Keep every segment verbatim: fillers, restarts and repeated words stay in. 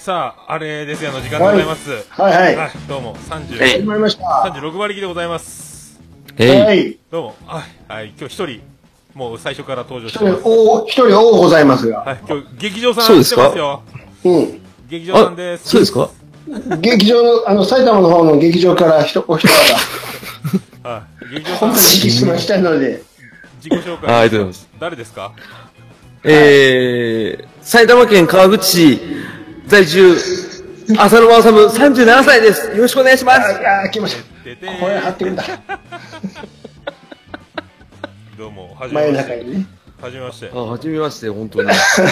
さあ、あれですよ、の時間でございます。 はいはい。 はい、どうも、さんじゅう、 始まりました。 さんじゅうろくばりきでございます。 はい。 どうも、はい、はい、今日一人、もう最初から登場してます。一人、お、一人多ございますが。 はい、今日、劇場さん来てますよ。 うん。 劇場さんです。 そうですか？ 劇場の、あの、埼玉の方の劇場からひと、お一方。 はい、劇場さん。 お待ちしましたので。 自己紹介。 あ、ありがとうございます。 誰ですか？ えー、埼玉県川口市在住、浅野正夢さんじゅうななさいです。よろしくお願いします。 ああ、来ました。 でてこれ貼ってるんだ。 どうも、はじめまして。はじめまして。 あ、はじめまして、本当に。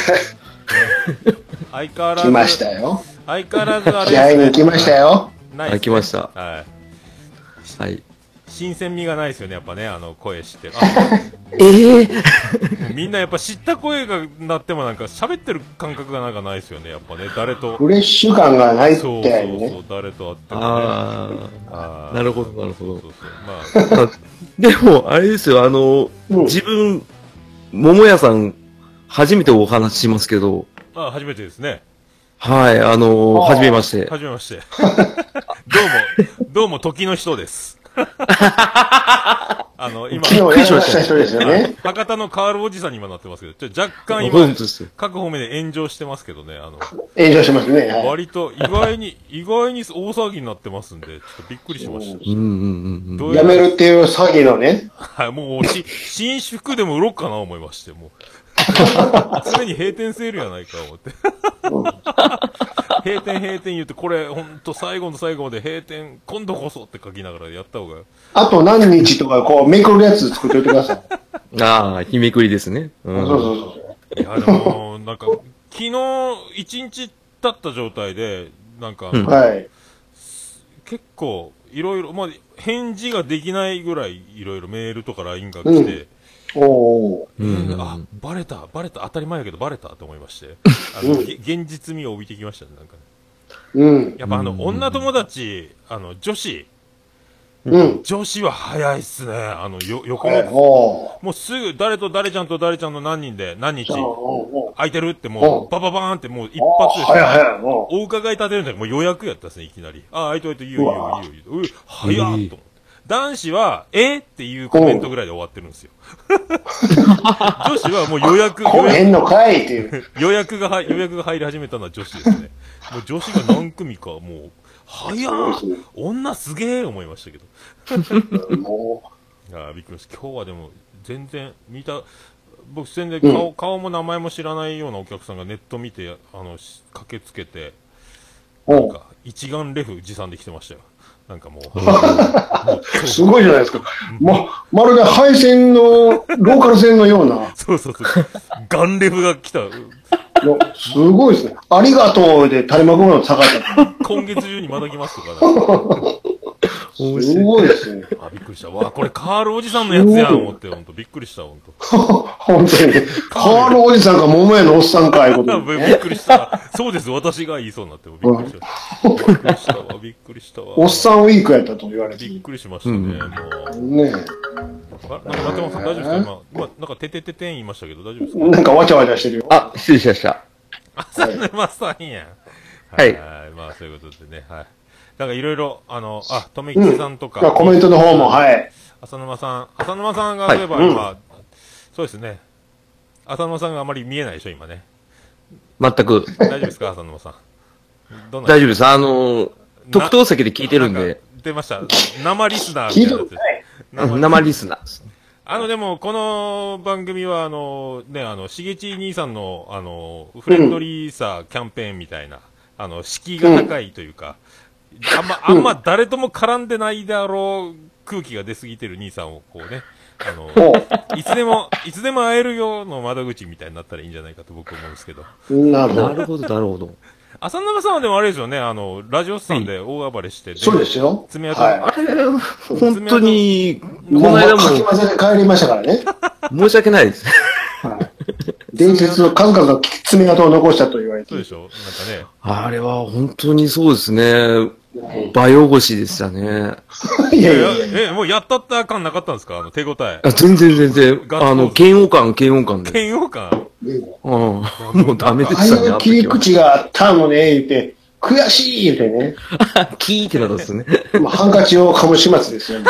相変わらず。 来ましたよ。 相変わらずあれ気合に来ましたよ。 ない、 ね。来ました。 はい。 はい。 新鮮味がないですよね、やっぱね、あの声知ってる。 ええー、 みんなやっぱ知った声が鳴ってもなんか喋ってる感覚がなんかないですよね、やっぱね、誰と。 フレッシュ感がないってそうね。 そうそう、誰と会っても、ね。 ああ。なるほど、なるほど。そうそうそう、まあ。 でも、あれですよ、あの、うん、自分、桃屋さん、初めてお話ししますけど。 ああ、初めてですね。 はい、あのー、はじめまして。 はじめまして。どうも、どうも時の人です。あの、今、 昨日やらした人ですよね。 博多のカールおじさんに今なってますけど、ちょ若干今、各方面で炎上してますけどね、あの、 炎上してますね。はい、 割と意外に、意外に大騒ぎになってますんで、ちょっとびっくりしました。 うんうんうん。やめるっていう詐欺のね。 はい、もう、し、新宿でも売ろうかな思いまして、もう。常に閉店セールやないか思って。閉店閉店言って、これ、ほんと最後の最後まで閉店、今度こそって書きながらやった方が。 あと何日とか、こう、めくるやつ作っておいてください。 ああ、日めくりですね。 うん、そうそうそう。 いや、でも、なんか、昨日、一日経った状態で、なんか、うん、 はい。 結構、いろいろ、まあ、返事ができないぐらい、いろいろメールとか ライン が来て、うんおえー、あ、バレた、バレた、当たり前やけどバレたと思いまして、あの、うん、現実味を帯びてきましたね、なんかね。 うん。 やっぱあの、女友達、あの、女子、 うん。 女子は早いっすね。あの、よ、横の、もうすぐ、誰と誰ちゃんと誰ちゃんの何人で、何日、空いてるってもう、バババーンってもう一発で、 早い早い。 お伺い立てるんだけど、もう予約やったっすね、いきなり。あ、空いといて、言う言う言う言う。う早っと思って。男子は、えっていうコメントぐらいで終わってるんですよ。女子はもう予約、予約んのかいっていう。 予約がは、予約が入り始めたのは女子ですね。もう女子が何組か、もう、早っ女すげえ思いましたけど。 もう。ああ、びっくりした。今日はでも、全然、見た、僕全然顔、うん、顔も名前も知らないようなお客さんがネット見て、あの、駆けつけて、なんか、一眼レフ持参で来てましたよ。なんかもう。 もうすごいじゃないですか。ま、まるで配線の、ローカル線のような。 そうそうそう。ガンレフが来た。 すごいですね。ありがとうで垂れ幕が下がった。 今月中にまだ来ますとか。 すごいですね。 あ、びっくりした。わ、これカールおじさんのやつやん、思って、ほんと。びっくりした、ほんと。 ほんとに。カールおじさんか桃屋のおっさんか、いうこと、 ね。びっくりした。そうです、私が言いそうになって、びっくりした。びっくりしたわ、びっくりしたわ。 おっさんウィークやったと言われて。 びっくりしましたね、もう。 ねえ。 あ、なんか、松本さん大丈夫ですか今、今、なんか、ててててん言いましたけど、大丈夫ですかなんかわちゃわちゃしてるよ。 あ、失礼しました。 浅沼さんやん。 はい。 まあ、そういうことでね、はい。なんかいろいろ、あの、あ、とめきちさんとか、 うん。コメントの方も、はい。 浅沼さん、浅沼さんが、例えば今、はいうん、そうですね。浅沼さんがあまり見えないでしょ、今ね。 全く。 大丈夫ですか、浅沼さん。 どんな大丈夫です。あのー、特等席で聞いてるんで。 出ました。生リスナーみたいなやつ。 生, 生リスナー。 あの、でも、この番組は、あの、ね、あの、しげち兄さんの、あの、フレンドリーさキャンペーンみたいな、あの、敷居が高いというか、うん、あんま、あんま誰とも絡んでないだろう空気が出すぎてる兄さんを、こうね、あの、いつでも、いつでも会えるよの窓口みたいになったらいいんじゃないかと僕思うんですけど。 なるほど。 なるほど、なるほど。 浅沼さんはでもあれですよね、あの、ラジオスさんで大暴れして、 そうですよ。 爪痕、はい、 あれ、本当に、 この間も。かき混ぜて帰りましたからね。 申し訳ないです。 はい。伝説の数々の爪痕を残したと言われて。 そうでしょなんかね。 あれは本当にそうですね。場汚しでしたね。 いやいや、え、もうやったった感なかったんですかあの、手応え。 あ全然全然。あの、嫌悪感、嫌悪感で。 嫌悪感うん。もうダメでああしたね。 いう切り口があったのね、言って、悔しい言ってね。 キーってなったんですね。 もうハンカチをかむ始末ですよ。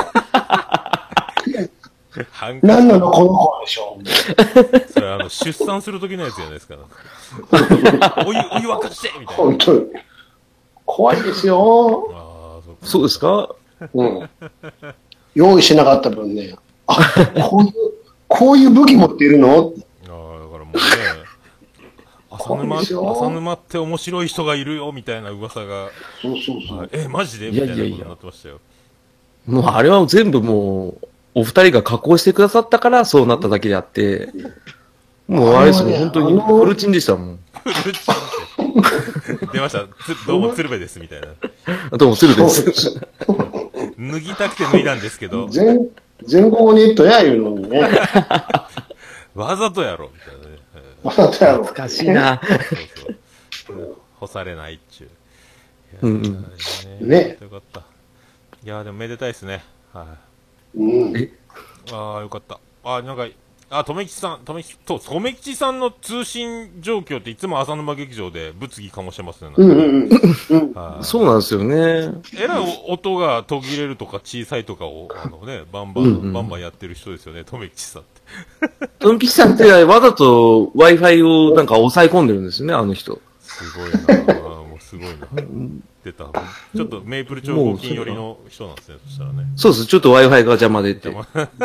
ハンカチ何なのこの子でしょ。 それあの、出産するときのやつじゃないですか。お湯、お湯沸かしてみたいな。 本当に。怖いですよ。 ああ、そうか。 そうですか？ うん。用意しなかった分ね。あ、こういう、こういう武器持っているの？ ああ、だからもうね、浅沼、 怖いですよ浅沼って面白い人がいるよ、みたいな噂が、 そうそうそう。 え、マジでいみたいなことにやいやいやなってましたよ。 もうあれは全部もう、お二人が加工してくださったからそうなっただけであって、もうあれですもん、 あのね本当にフルチンでしたもん。 フルチンって出ました。つどうも鶴瓶です、みたいな。 どうも、鶴でそうですす。 脱ぎたくて脱いだんですけど、 全、全国ネットやいうのにね。 わざとやろ、みたいなね。 わざとやろ。 懐かしいな。 そうそう。干されないっちゅう。 うんうん。 いやねよかった。いやでもめでたいですね。はい。 うん。 えああ、よかった。ああ、なんか、あ、とめきちさん、とめき、と、とめきちさんの通信状況っていつも浅沼劇場で物議かもしれませんね。 うんうんうん。 はいそうなんですよね。 えらい音が途切れるとか小さいとかを、あのね、バンバン、 うんうんバンバンやってる人ですよね、とめきちさんって。 トンピキさんってわざと Wi-Fi をなんか抑え込んでるんですよね、あの人。 すごいなぁ、もうすごいな。出た。ちょっとメイプル超合金寄りの人なんですね、そしたらね。 そうです。ちょっと Wi-Fi が邪魔でって。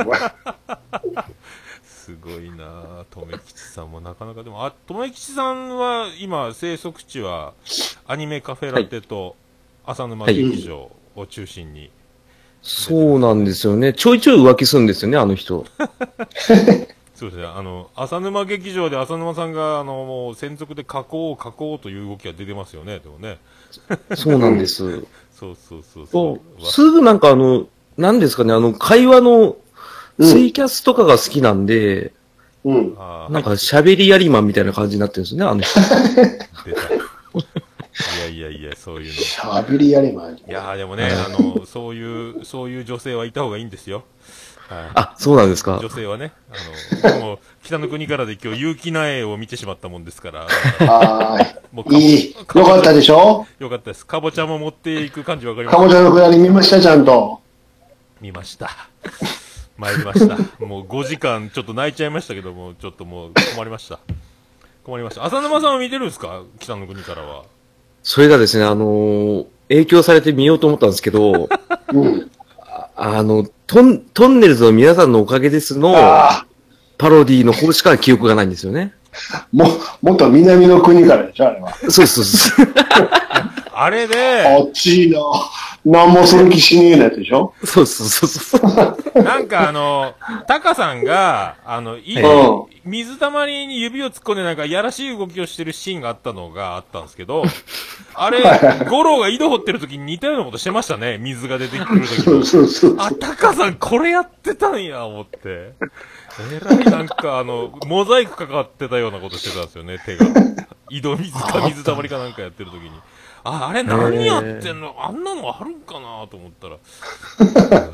すごいなぁ、とめきちさんもなかなか、でも、あ、とめきちさんは今、生息地は、アニメカフェラテと、浅沼劇場を中心に。 そうなんですよね。ちょいちょい浮気するんですよね、あの人。 そうですね、あの、浅沼劇場で浅沼さんが、あの、もう専属で書こう、書こうという動きが出てますよね、でもね。 そうなんです。 そうそうそうそうすぐなんかあの、なんですかね、あの、会話のツイキャスとかが好きなんで、 うん。 あなんか喋りやりマンみたいな感じになってるんですね、あの人。 出た。いやいやいや、そういうの。 喋りやればいい。 いやーでもね、あの、そういう、そういう女性はいた方がいいんですよ。はい。 あ、そうなんですか。 女性はね、あの、もう、北の国からで今日、結城苗を見てしまったもんですから、 はもうーい。いい。よかったでしょ？ よかったです。かぼちゃも持っていく感じわかりました。 かぼちゃのくだり見ました、ちゃんと。 見ました。参りました。もうごじかんちょっと泣いちゃいましたけども、ちょっともう困りました。困りました。浅沼さんは見てるんですか？北の国からは。 それがですね、あのー影響されてみようと思ったんですけど、 うん。 ああの、トン、トンネルズの皆さんのおかげですの、 あパロディの方しか記憶がないんですよね。 あ、も、もっと南の国からでしょ、あれは。 そうそうそう。 あれで、 あっちいな。なんもする気しねえなやつでしょ？ そうそうそうそう。 なんかあの、タカさんが、あの、いうん水たまりに指を突っ込んでなんかやらしい動きをしてるシーンがあったのがあったんですけど、あれ、五郎が井戸掘ってる時に似たようなことしてましたね。水が出てくる時そうに。 そうそう。 あ、タカさんこれやってたんや、思って。えらいなんかあの、モザイクかかってたようなことしてたんですよね、手が。井戸水か水たまりかなんかやってる時に。あ、あれ何やってんの、あんなのあるんかなと思ったら。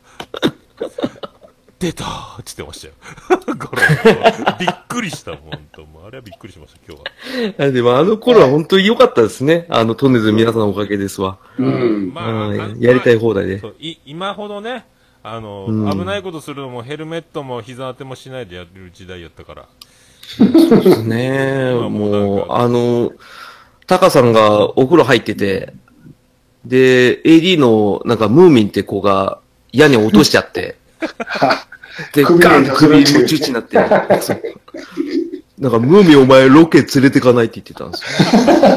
出たーって言ってましたよ。ゴロびっくりしたもん、ほんと。もうあれはびっくりしました、今日は。 でもあの頃は本当に良かったですね。あの、トンネルズの皆さんのおかげですわ。 うん。 まあ、 うんあやりたい放題でそうい今ほどね、あの、 うん危ないことするのもヘルメットも膝当てもしないでやる時代やったから。 ねえ、 今もうなんもう、 かあの、タカさんがお風呂入ってて、で、エーディー のなんかムーミンって子が屋根を落としちゃって、で、 首ガンって首首ムチ打ちになって、そうなんかムーミンお前ロケ連れてかないって言ってたんですよ。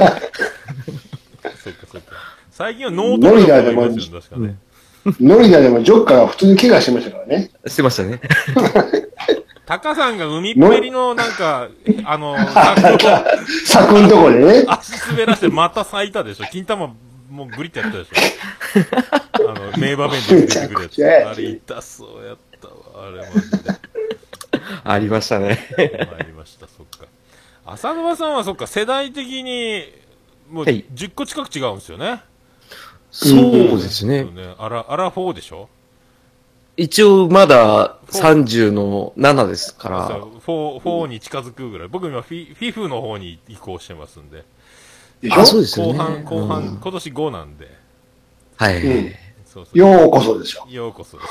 そっかそっか。最近はノートルがいますよ、確かね。 ノリダでもジョッカーが普通に怪我してましたからね。 してましたね。 タカさんが海っぺりのなんか、あの、柵を柵のとこでね。 足滑らしてまた咲いたでしょ。金玉もうグリってやったでしょ。あの、名場面で出てくるやつ。あれ痛そうやったわ、あれマジで。 ありましたね。 参りました、そっか。浅沼さんはそっか、世代的に、もうはいじゅっこ近く違うんですよね。 そうですね。 そうね。アラ、アラフォーでしょ？ 一応まださんじゅうのななですから。 そう、フォー、フォーに近づくぐらい。僕今フィ、フィフの方に移行してますんで。 あ、そうですよね。 後半、後半、 うん、 今年ごなんで。 はい。うん、 そうそうようこそでしょ。 ようこそです。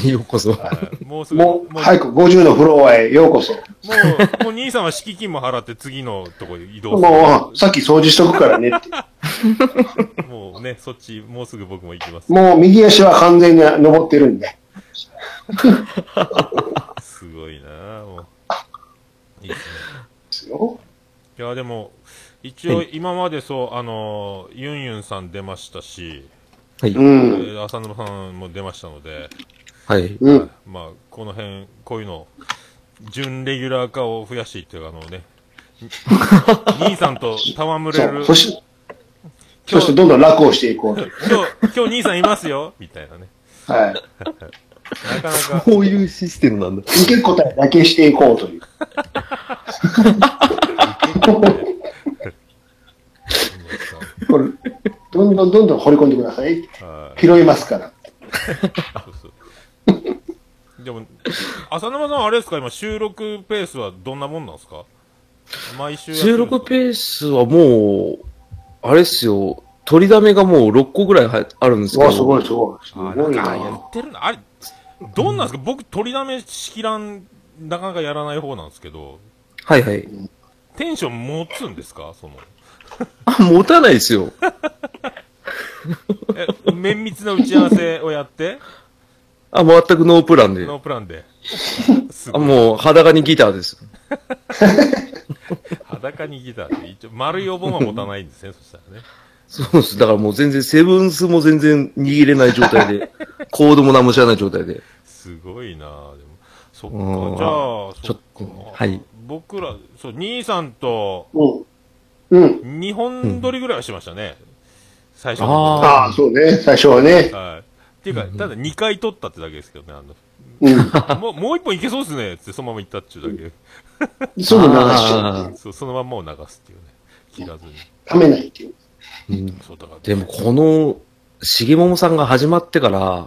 ようこそ。 もうすぐ。もう、早くごじゅうのフロアへようこそ。もう、もう兄さんは敷金も払って次のとこ移動する。もう、さっき掃除しとくからねって。 もうね、そっち、もうすぐ僕も行きます。 もう右足は完全に登ってるんで。 すごいなぁ、もう。いいですね。 ですよ。 いや、でも、一応今までそう、あの、ユンユンさん出ましたし、 はい。 えー、浅沼さんも出ましたので、 はい。 うん、 まあ、この辺、こういうの、準レギュラー化を増やしていっていうか、あのね、兄さんと戯れる。 そし、そしてどんどん楽をしていこうと。 今日、今日兄さんいますよみたいなね。 はい。 なかなか。 そういうシステムなんだ。 受け答えだけしていこうという。これどんどんどんどん掘り込んでください。拾いますから。そうそうでも、浅沼さんあれですか今収録ペースはどんなもんなんですか毎週収録ペースはもう、あれっすよ、取りだめがもうろっこぐらいあるんですけど。 わ、すごいすごい。すごいな。あ、やってるな。あれ、どんなんですか、うん、僕取りだめしきらん、なかなかやらない方なんですけど。 はいはい。 テンション持つんですかその。 あ、持たないですよ。 え、綿密な打ち合わせをやってあ、全くノープランで。 ノープランで。 あ、もう裸にギターです。 裸にギターって一応丸いお盆は持たないんですね、そしたらね。 そうです。だからもう全然セブンスも全然握れない状態で、コードも何も知らない状態で。 すごいなぁ、でも。そっか、じゃあ、 ちょっと、はい。 僕ら、そう、兄さんと、 うん。 にほん撮りぐらいはしましたね。うん、最初の。ああ、そうね、最初はね。 はい。っていうか、ただにかい撮ったってだけですけどね、あの。うん、もう、もう一本いけそうですねってそのまま行ったっちゅうだけ。そう流しちゃう。そう、そのまんまを流すっていうね。切らずに。 ためないっていう。 うん、そうだからでもこの、重桃さんが始まってから、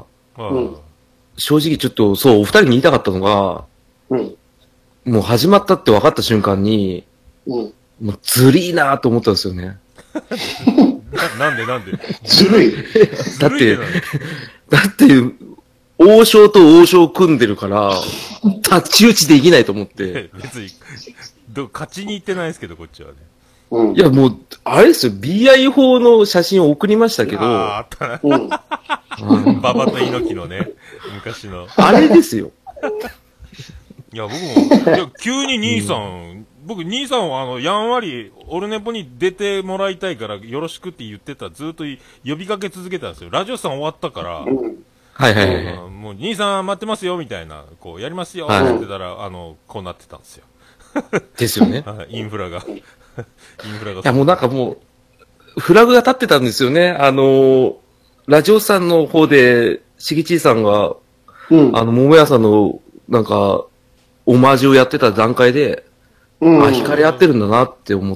うん、 正直ちょっと、そう、お二人に言いたかったのが、うん、もう始まったって分かった瞬間に、うん、もうずりーなーと思ったんですよね。 な, なんでなんでずるい。 だって、だって、王将と王将組んでるから、太刀打ちできないと思って。 別に、ど勝ちに行ってないですけど、こっちはね。 うん、いや、もう、あれですよ、ビーアイ 法の写真を送りましたけど。 ああ、あったな。うん、馬場と猪木のね、昔の。 あれですよ。 いや、僕も、いや、急に兄さん、うん、僕、兄さんは、あの、やんわり、オルネポに出てもらいたいから、よろしくって言ってた、ずっと呼びかけ続けたんですよ。ラジオさん終わったから、うん、 はいはいはい。 もう、兄さん待ってますよ、みたいな、こう、やりますよ、って言ってたら、はい、あの、こうなってたんですよ。 ですよね。 インフラが。インフラが。 いや、もうなんかもう、フラグが立ってたんですよね。あの、ラジオさんの方で、しげちいさんが、うん、あの、桃屋さんの、なんか、オマージュをやってた段階で、うん、あ、惹かれ合ってるんだなって思って。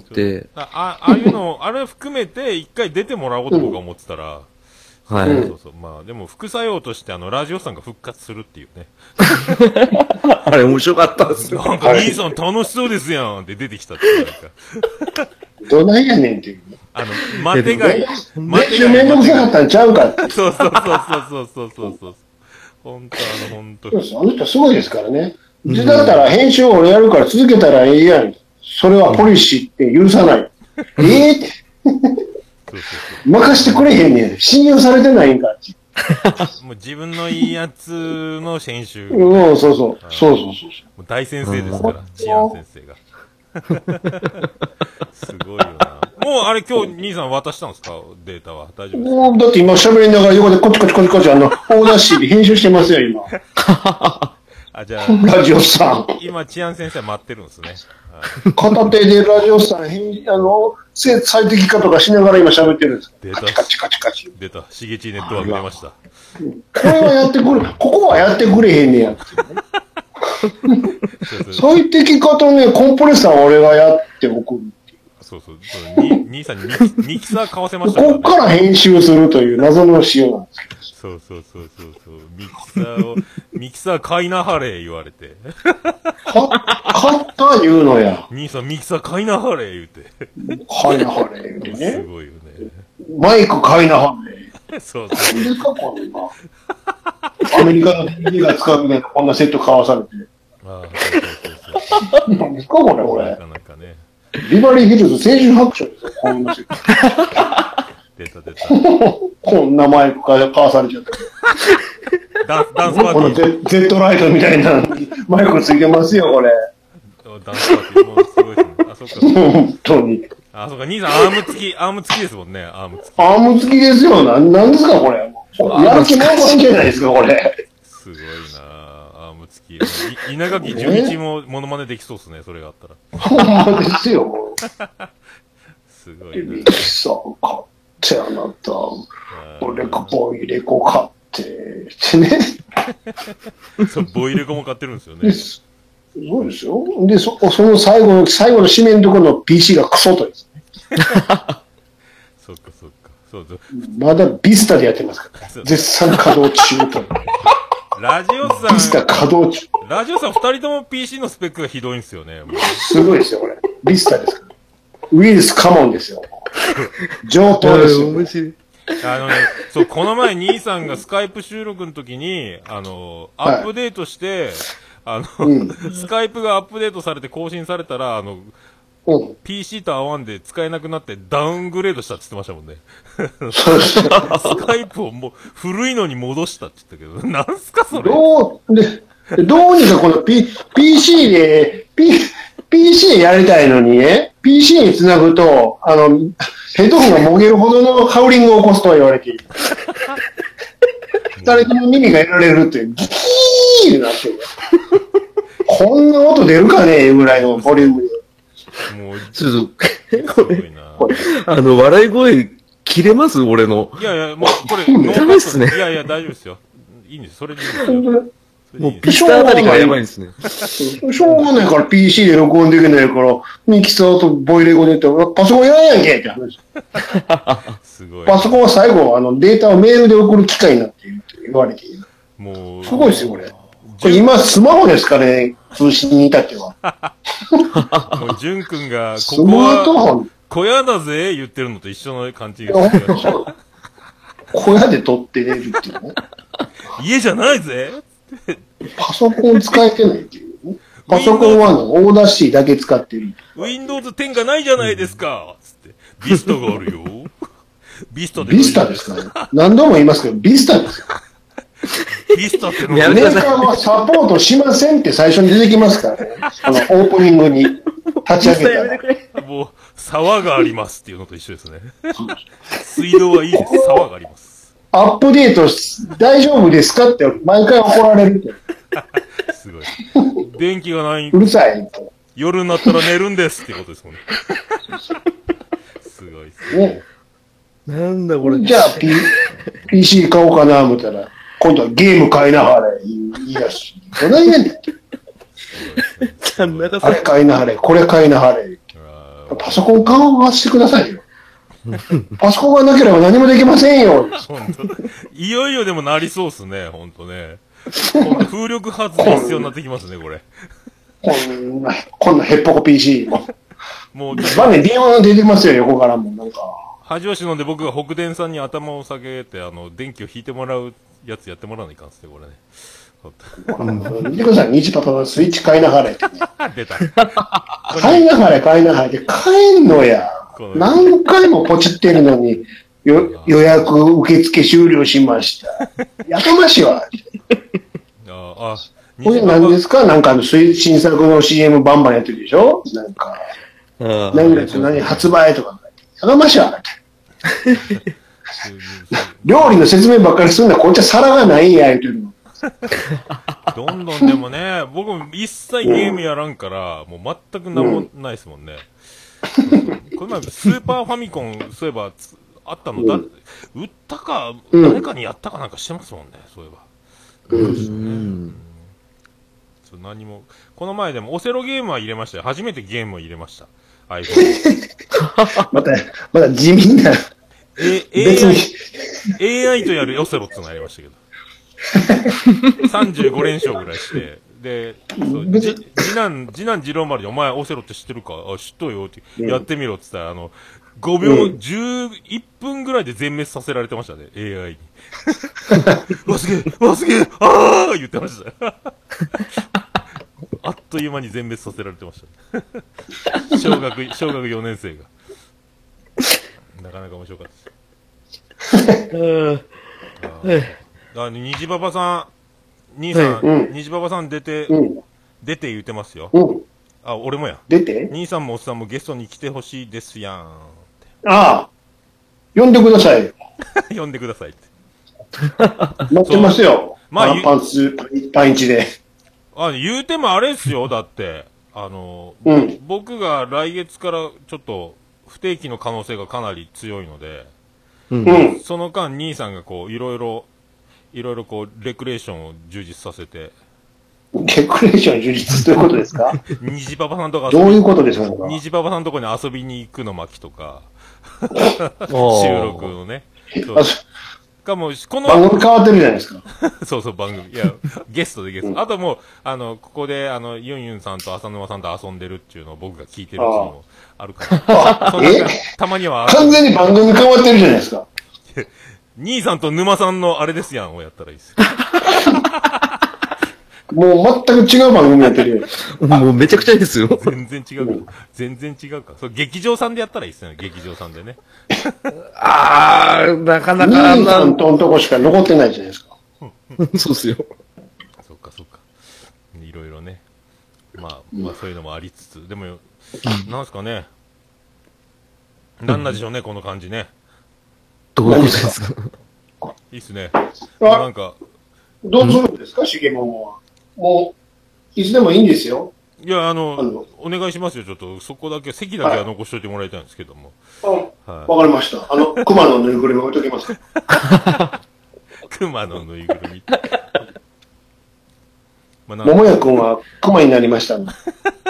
あ、ああいうの、あれ含めて、一回出てもらおうと僕は思ってたら、 うん、はい。 そうそう。まあ、でも、副作用として、あの、ラジオさんが復活するっていうね。 あれ面白かったっすよ。 なんか、兄さん楽しそうですやんって出てきたっていうか。 どないやねんっていう。 あの、待てがい。 待てがい。めんどくさかったんちゃうかって。 そうそうそうそうそうそうそう。本当あの、本当。 あの人すごいですからね。で、だったら編集を俺やるから続けたらええやん。それはポリシーって許さない。ええって。任してくれへんねん。信用されてないんかって。 もう自分のいいやつの編集。 うん、そうそう。そうそうそう。 もう大先生ですから、治安先生が。すごいよな。もうあれ今日兄さん渡したんですかデータは。大丈夫ですか？もうだって今喋りながら横でコチコチコチコチあの、オーダーシーで編集してますよ、今。 あ、じゃあ、 ラジオさん。 今、治安先生待ってるんですね。 片手でラジオさん、あの、最適化とかしながら今喋ってるんです。 出た。 カチカチカチ。 出た。しげちネットワーク出ました。 これはやってくれ、ここはやってくれへんねや。最適化とね、コンプレッサーは俺がやっておくっていう。 そうそう。そうに兄さんにミキミキサー買わせましたからね。 こっから編集するという謎の仕様なんですけど。 そうそうそうそうそう。ミキサーを、ミキサー買いなはれ言われて。 か、買った言うのや。 兄さんミキサー買いなはれ言うて。 買いなはれ言うてね。 すごいよね。 マイク買いなはれ。 そうそう。 何ですか、こんな。アメリカの ティーブイ が使うみたいなこんなセット買わされて。 ああ、そうそうそうそう。 何ですか、これ、これ。 なかなかね。 ビバリーヒルズ青春白書ですよ、こんなセット。 出た出た。 こんなマイク買わされちゃった。 ダンス、ダンスパーこのティー。 Z ライトみたいなマイクついてますよ、これ。 ダンスパーティー。もうすごいですね。あ、そっか。 本当に。 あ、そっか。兄さん、アーム付き、アーム付きですもんね。アーム付き。 アーム付きですよ。なん、なんですか、これ。やる気満々じゃないですか、これ。 すごいなアーム付き。い稲垣純一もモノマネできそうですね、それがあったら。 ほんまですよ。 すごいなミキサー買って、あなた。俺がボイレコ買って、ってね。 そう、ボイレコも買ってるんですよね。 そうですよ。で、そ、その最後の、最後の締めのところの ピーシー がクソとですね。 そっかそっか。そうそう。 まだビスタでやってますから。絶賛稼働中と。 ラジオさん、 ビスタ稼働中。 ラジオさん二人とも ピーシー のスペックがひどいんですよね。もうすごいですよ、これ。ビスタですから。ウイルスカモンですよ。上等ですよ。 面白い。 あのね、そう、この前兄さんがスカイプ収録の時に、あの、アップデートして、はい、あの、うん、スカイプがアップデートされて更新されたら、あの、うん、ピーシー と合わんで使えなくなってダウングレードしたって言ってましたもんね。スカイプをもう古いのに戻したって言ったけど、なんすかそれ。 どう、で、どうにかこの P、ピーシー で、P、ピーシー でやりたいのにね、ピーシー につなぐと、あの、ヘッドホンがもげるほどのハウリングを起こすとは言われている。二人とも耳が得られるって、ギキーってなってる。こんな音出るかねぐらいのボリュームで。 もう、ちょっと、これ、あの、笑い声、切れます俺の。 いやいや、もう、これ、 ダメっすね。 いやいや、大丈夫ですよ。いいんです。それでいいんですよ。 もう、ピスタあたりがやばいんですね。 しょうがないから ピーシー で録音できないから、ミキサーとボイレコでってパソコンやらんやんけって話。すごい。パソコンは最後、あの、データをメールで送る機械になっているって言われている。もう。すごいですよ、これ。これ今、スマホですかね、通信に至っては。 もう、ジュン君が、ここは、小屋だぜ言ってるのと一緒の感じがする。 小屋で撮ってれるっていうね。 家じゃないぜパソコン使えてないっていう、ね。パソコンはのオーダー C だけ使ってる。 ウィンドウズテンがないじゃないですかつって。ビスタがあるよ。ビスタで。 ビスタですかね。何度も言いますけど、ビスタですよ。 ビスタってのメーカーはサポートしませんって最初に出てきますからね。あの、オープニングに立ち上げたら。 もう、沢がありますっていうのと一緒ですね。水道はいいです。沢があります。 アップデート大丈夫ですかって毎回怒られるって。 すごい。電気がない。 うるさい。 夜になったら寝るんですってことですもんね。すごいっすね。 なんだこれ。 じゃあ、P、ピーシー 買おうかな思ったら、今度はゲーム買いなはれ、言い出し。どないやねんって。あれ買いなはれ、これ買いなはれ。パソコン買わせてくださいよ。パソコンがなければ何もできませんよ。 本当いよいよでもなりそうっすね、ほんとね。風力発電必要になってきますね、これ。 こんな、こんなヘッポコ ピーシー も。 もう、 画面ビヨーン出てきますよ、横からも。なんか。 恥を忍んで僕が北電さんに頭を下げて、あの、電気を引いてもらうやつやってもらわないかんっすね、これね。 見てください、日パパのスイッチ買いなはれって、ね。 出た。 買いなはれ、買いなはれって買えんのや。何回もポチってるのに、よ予約受付終了しました。やかましいわ。ああ、これ何ですかなんかの新作の シーエム バンバンやってるでしょなんか、何月何発売とか。やかましいわ。料理の説明ばっかりするんだ。こっちは皿がないんや、言うてるの。 どんどんでもね、僕も一切ゲームやらんから、もう全く何もないですもんね。これ前スーパーファミコン、そういえば、あったの、だ、売ったか、誰かにやったかなんかしてますもんね、そういえば。うん。 と何も、この前でもオセロゲームは入れましたよ。初めてゲームを入れました。iPhone。 また、また地味な。 え、エーアイ、エーアイ とやるオセロってのがありましたけど。さんじゅうご連勝ぐらいして、で、そうじ次男、次男次郎丸にお前オセロって知ってるかあ、知っとるよって、やってみろって言ったら、あの、ごびょう、うん、じゅういっぷんぐらいで全滅させられてましたね、エーアイ に。わ、すげえわ、すげえあー言ってました。あっという間に全滅させられてました。小学、小学よねん生が。なかなか面白かったです。あ、虹パパさん、兄さん、うん、虹パパさん出て、うん、出て言ってますよ。うん、あ、俺もや。 出て兄さんもおっさんもゲストに来てほしいですやん。 ああ、呼んでください。 呼んでくださいって。 待ってますよ。まあ、パンツ、パンイチで。 あ、言うてもあれっすよ、だって。あの、うん、僕が来月からちょっと不定期の可能性がかなり強いので、うん、その間兄さんがこう、いろいろ、いろいろこう、レクレーションを充実させて。 レクレーション充実ということですか？ 虹パパさんとかどういうことですか？ 虹パパさんとこに遊びに行くの巻とか、収録のね。そうかもこの番組変わってるじゃないですか。 そうそう、番組。いや、ゲストでゲスト。うん、あともう、あの、ここで、あの、ユンユンさんと浅沼さんと遊んでるっていうのを僕が聞いてるっていうのもあるから。そえたまには。 完全に番組変わってるじゃないですか。 兄さんと沼さんのあれですやんをやったらいいです。 もう全く違う番組やってるよ。 もうめちゃくちゃいいですよ。 全然違うか。全然違うか。そう、劇場さんでやったらいいですよね。劇場さんでね。 あー、なかなか。 兄さんとのとこしか残ってないじゃないですか。 そうっすよ。 そっかそっか。いろいろね。まあ、まあそういうのもありつつ。でも、なんすかね。なんなんでしょうね、この感じね。 どういうことですか？ いいっすね。なんか。 どうするんですか、しげもんは。もう、いつでもいいんですよ。 いや、あの、あのお願いしますよ。ちょっと、そこだけ、席だけは残しといてもらいたいんですけども。 はい。わ、はい、かりました。あの、熊のぬいぐるみ置いときます。 熊のぬいぐるみ。 まあ、桃屋くんは熊になりました、ね。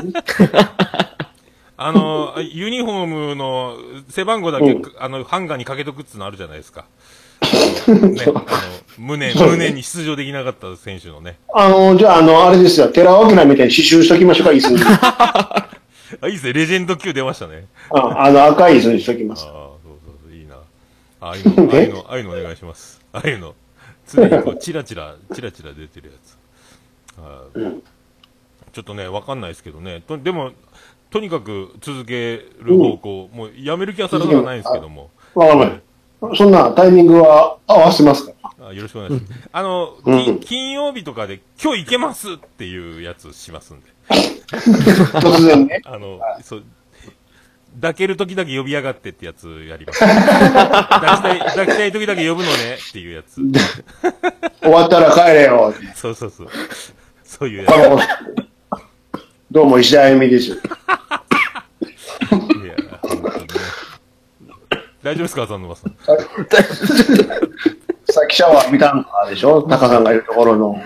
あの、ユニフォームの背番号だけ、うん、あの、ハンガーにかけとくっつうのあるじゃないですか。ね、あの、胸、胸に出場できなかった選手のね。 あの、じゃあ、あの、あれですよ、寺尾明みたいに刺繍しときましょうか、椅子に。 あ、いいですね、レジェンド級出ましたね。 あ、あの、赤い椅子にしときます。 ああ、そうそうそう、いいな。ああいうの、ああいうの、ああいうのお願いします。ああいうの、常にこう、チラチラ、チラチラ出てるやつ。あ、うん、ちょっとね、わかんないですけどね。と、でも、とにかく続ける方向、うん、もうやめる気はさらさらないんですけども。 わかんない。そんなタイミングは合わせますから。 あ、よろしくお願いします。あの、うん、金曜日とかで今日行けますっていうやつしますんで。 突然ね。 あの、そう、抱ける時だけ呼び上がってってやつやります。抱きたい、抱きたい時だけ呼ぶのねっていうやつ。 終わったら帰れよ。 そうそうそう。そういうやつ。 どうも石田あゆみです。いや、 本当にね。大丈夫ですか、浅沼さん。 さっきシャワー浴びたんかでしょ、タカさんがいるところの。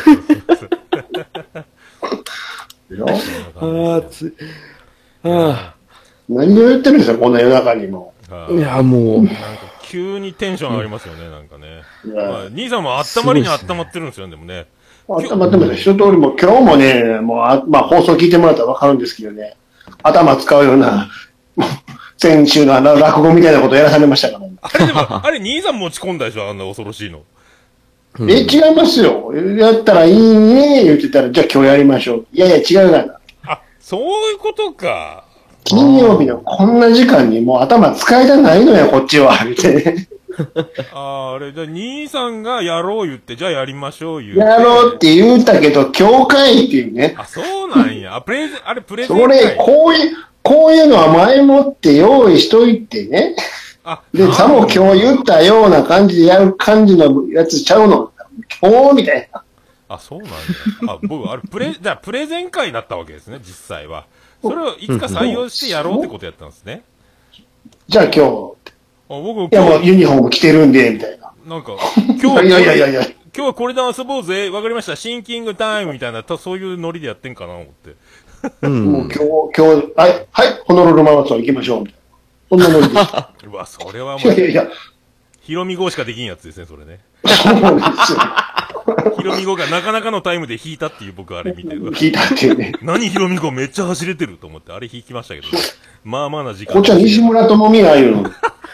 でしょ、 ああ、暑い。ああ。 何を言ってるんですか、こんな夜中にも。 いや、もう。 なんか急にテンション上がりますよね、なんかね。まあ、兄さんもあったまりにあったまってるんですよ、でもね。 あったまってます。一通りも、今日もね、もうあ、まあ放送聞いてもらったらわかるんですけどね、頭使うような、先週のあの落語みたいなことやらされましたから、ね。 あれでも、あれ兄さん持ち込んだでしょ、あんな恐ろしいの。 うん、え、違いますよ。やったらいいね、言ってたら、じゃあ今日やりましょう。いやいや、違うがな。 あ、そういうことか。 金曜日のこんな時間にもう頭使いたないのよ、こっちは。みたいな。 ああ、あれ、じゃあ兄さんがやろう言って、じゃあやりましょう言うて。 やろうって言うたけど、今日かいっていうね。 あ、そうなんや。あ、プレゼン、あれプレゼン会。 それ、こういう、こういうのは前もって用意しといてね。あ、で、さも今日言ったような感じでやる感じのやつちゃうの。今日みたいな。 あ、そうなんや。あ、僕、あれ、プレ、じゃあプレゼン会だったわけですね、実際は。それをいつか採用してやろうってことやったんですね。 じゃあ今日。 あ、僕、 いやもうユニフォーム着てるんで、みたいな。 なんか、今日、 いやいやいやいや。 今日はこれで遊ぼうぜ、わかりました、シンキングタイムみたいな、そういうノリでやってんかな思って。 うん、もう今日、今日、はい、はい、ホノルルマラソン行きましょう、みたいな。そんなノリでした。 うわ、それはもう、 いやいやいや、 ヒロミ号しかできんやつですね、それね。 そうなんですよ。 ヒロミ号がなかなかのタイムで引いたっていう僕あれ見てる。 引いたっていうね。 何ヒロミ号めっちゃ走れてると思って、あれ引きましたけど、ね、まあまあな時間。 こっちは西村智美がいうの。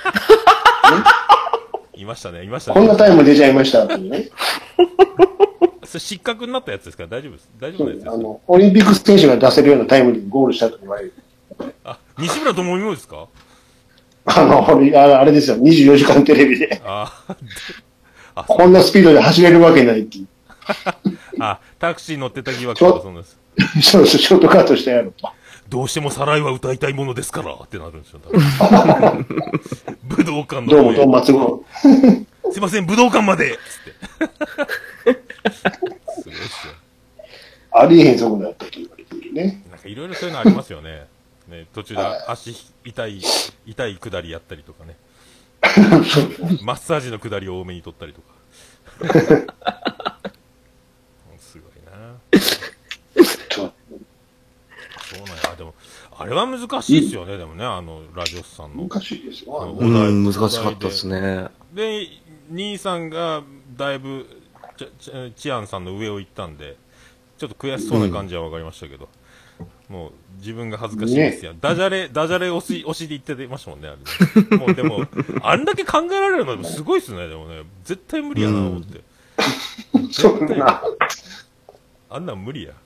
いましたね、いましたね。 こんなタイム出ちゃいましたってね。 それ失格になったやつですから大丈夫です。大丈夫なやつです。 あの、オリンピック選手が出せるようなタイムでゴールしたと言われる。 あ、西村智美もですか？ あの、あれですよ、にじゅうよじかんテレビで。ああこんなスピードで走れるわけないっていう。 あ、タクシー乗ってた疑惑とかそんなです。 そうそう、ショートカットしてやると。 どうしてもサライは歌いたいものですからってなるんですよ。武道館の。 どうもどうも、松郷。 すいません、武道館までつって。すごいっすよ。 ありえへん速度だったと言われているね。 なんかいろいろそういうのありますよね。ね、途中で足痛い、痛い下りやったりとかね。マッサージの下りを多めに取ったりとか。すごいな。そうなんや。でも、あれは難しいですよね、うん、でもね、あの、ラジオスさんの。 難しいですよ。 うん、難しかったですね。 で、兄さんがだいぶ、ち、チアンさんの上を行ったんで、ちょっと悔しそうな感じはわかりましたけど、うん、もう自分が恥ずかしいですよ。ね、ダジャレ、ダジャレ押し、押しで言ってましたもんね、あれ、ね。もうでも、あんだけ考えられるのすごいっすね、でもね。絶対無理やな、思って。 うん、そんな。 あんなん無理や。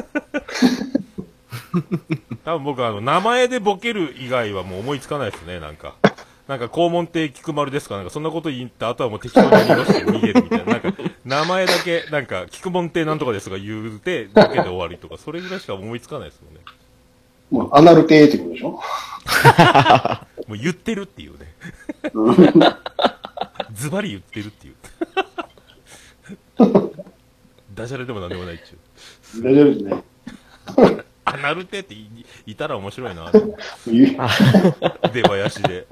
多分僕あの、名前でボケる以外はもう思いつかないですね、なんか。なんか、肛門亭菊丸ですかなんか、そんなこと言った後はもう適当に逃がして逃げるみたいな。なんか、名前だけ、なんか、菊門亭なんとかですとか言うて、だけで終わりとか、それぐらいしか思いつかないですもんね。 もう、アナル亭ってことでしょもう言ってるっていうね。ズバリ言ってるっていう。ダジャレでもなんでもないっちゅう。 大丈夫ですね。 アナルテってい、いたら面白いな。出囃子で。いや、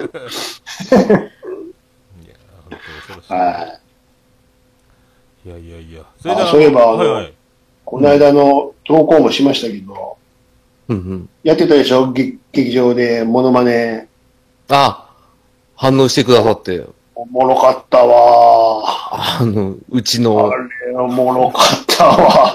本当恐ろしい。はい。いやいやいや。 それでそういえば、あの、はいはい、この間の投稿もしましたけど、うんうん、やってたでしょ劇場でモノマネ。 あ、反応してくださって。 おもろかったわ。 あの、うちの。 あれ、おもろかったわ。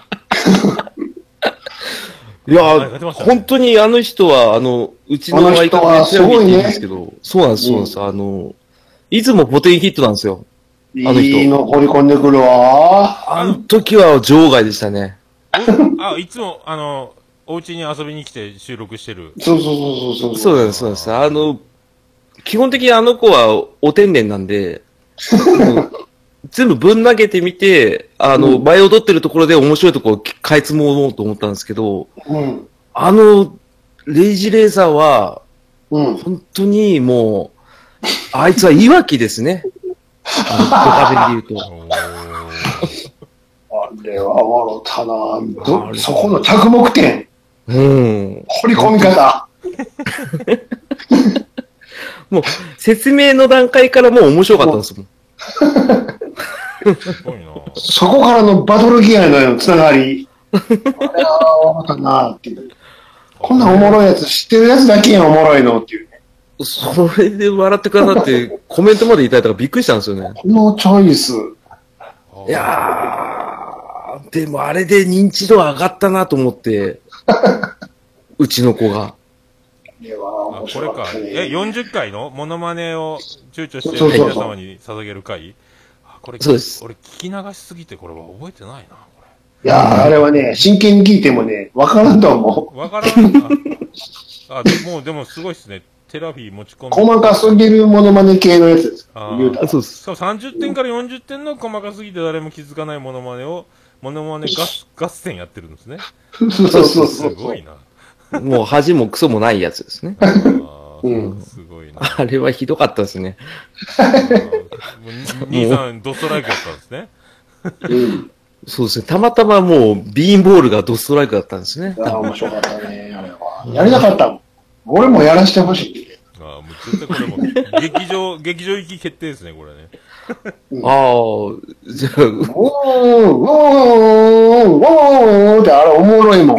いや、ね、本当にあの人は、あの、うちの相方はすごいんですけど、そうなんです、そうなんです。うん、あの、いつもポテンヒットなんですよ。 あの人。いいの掘り込んでくるわ。 あの時は場外でしたね。 あ、いつも、あの、お家に遊びに来て収録してる。 そうそうそうそう。 そうなんです、そうなんです。あの、基本的にあの子はお天然なんで、全部ぶん投げてみて、あの、うん、前踊ってるところで面白いところをかいつもうと思ったんですけど、うん、あの、レイジレーザーは、うん、本当にもう、あいつはいわきですね。あの、ドカベンで言うと。 あれはおもろたな。そこの着目点。うん。掘り込み方。 もう、説明の段階からもう面白かったんですもん。 すごいな。そこからのバトルギアのつながり。あれはおもろかなっていう。こんなおもろいやつ知ってるやつだけやおもろいのっていうね。 それで笑ってくださってコメントまでいただいたからびっくりしたんですよね。 このチョイス。 いやー、でもあれで認知度上がったなと思って、うちの子が。 あ、これか。え、よんじゅっかいのモノマネを躊躇して皆様に捧げる回？あ、これ、 そうです。 俺聞き流しすぎてこれは覚えてないな。これいやー、あれはね、真剣に聞いてもね、わからんと思う。わからんな。あ、でも、でもすごいっすね。テラフィー持ち込んで。 細かすぎるモノマネ系のやつです。 あ言うたら。そうです。そう、さんじゅってんからよんじゅってんの細かすぎて誰も気づかないモノマネを、モノマネ合合戦やってるんですね。 そうそうそう。 すごいな。 もう恥もクソもないやつですね。 うん、すごいな。 あれはひどかったですね。 兄さん、ドストライクだったんですね。 うん、そうですね。たまたまもう、ビーンボールがドストライクだったんですね。 ああ、面白かったね、あれは。やりたかったもん。俺もやらせてほしい。 あああ、もう絶対これも、劇場、劇場行き決定ですね、これね。 ああ、じゃあ、 おー、おー、おー、おーってあれおもろいもん。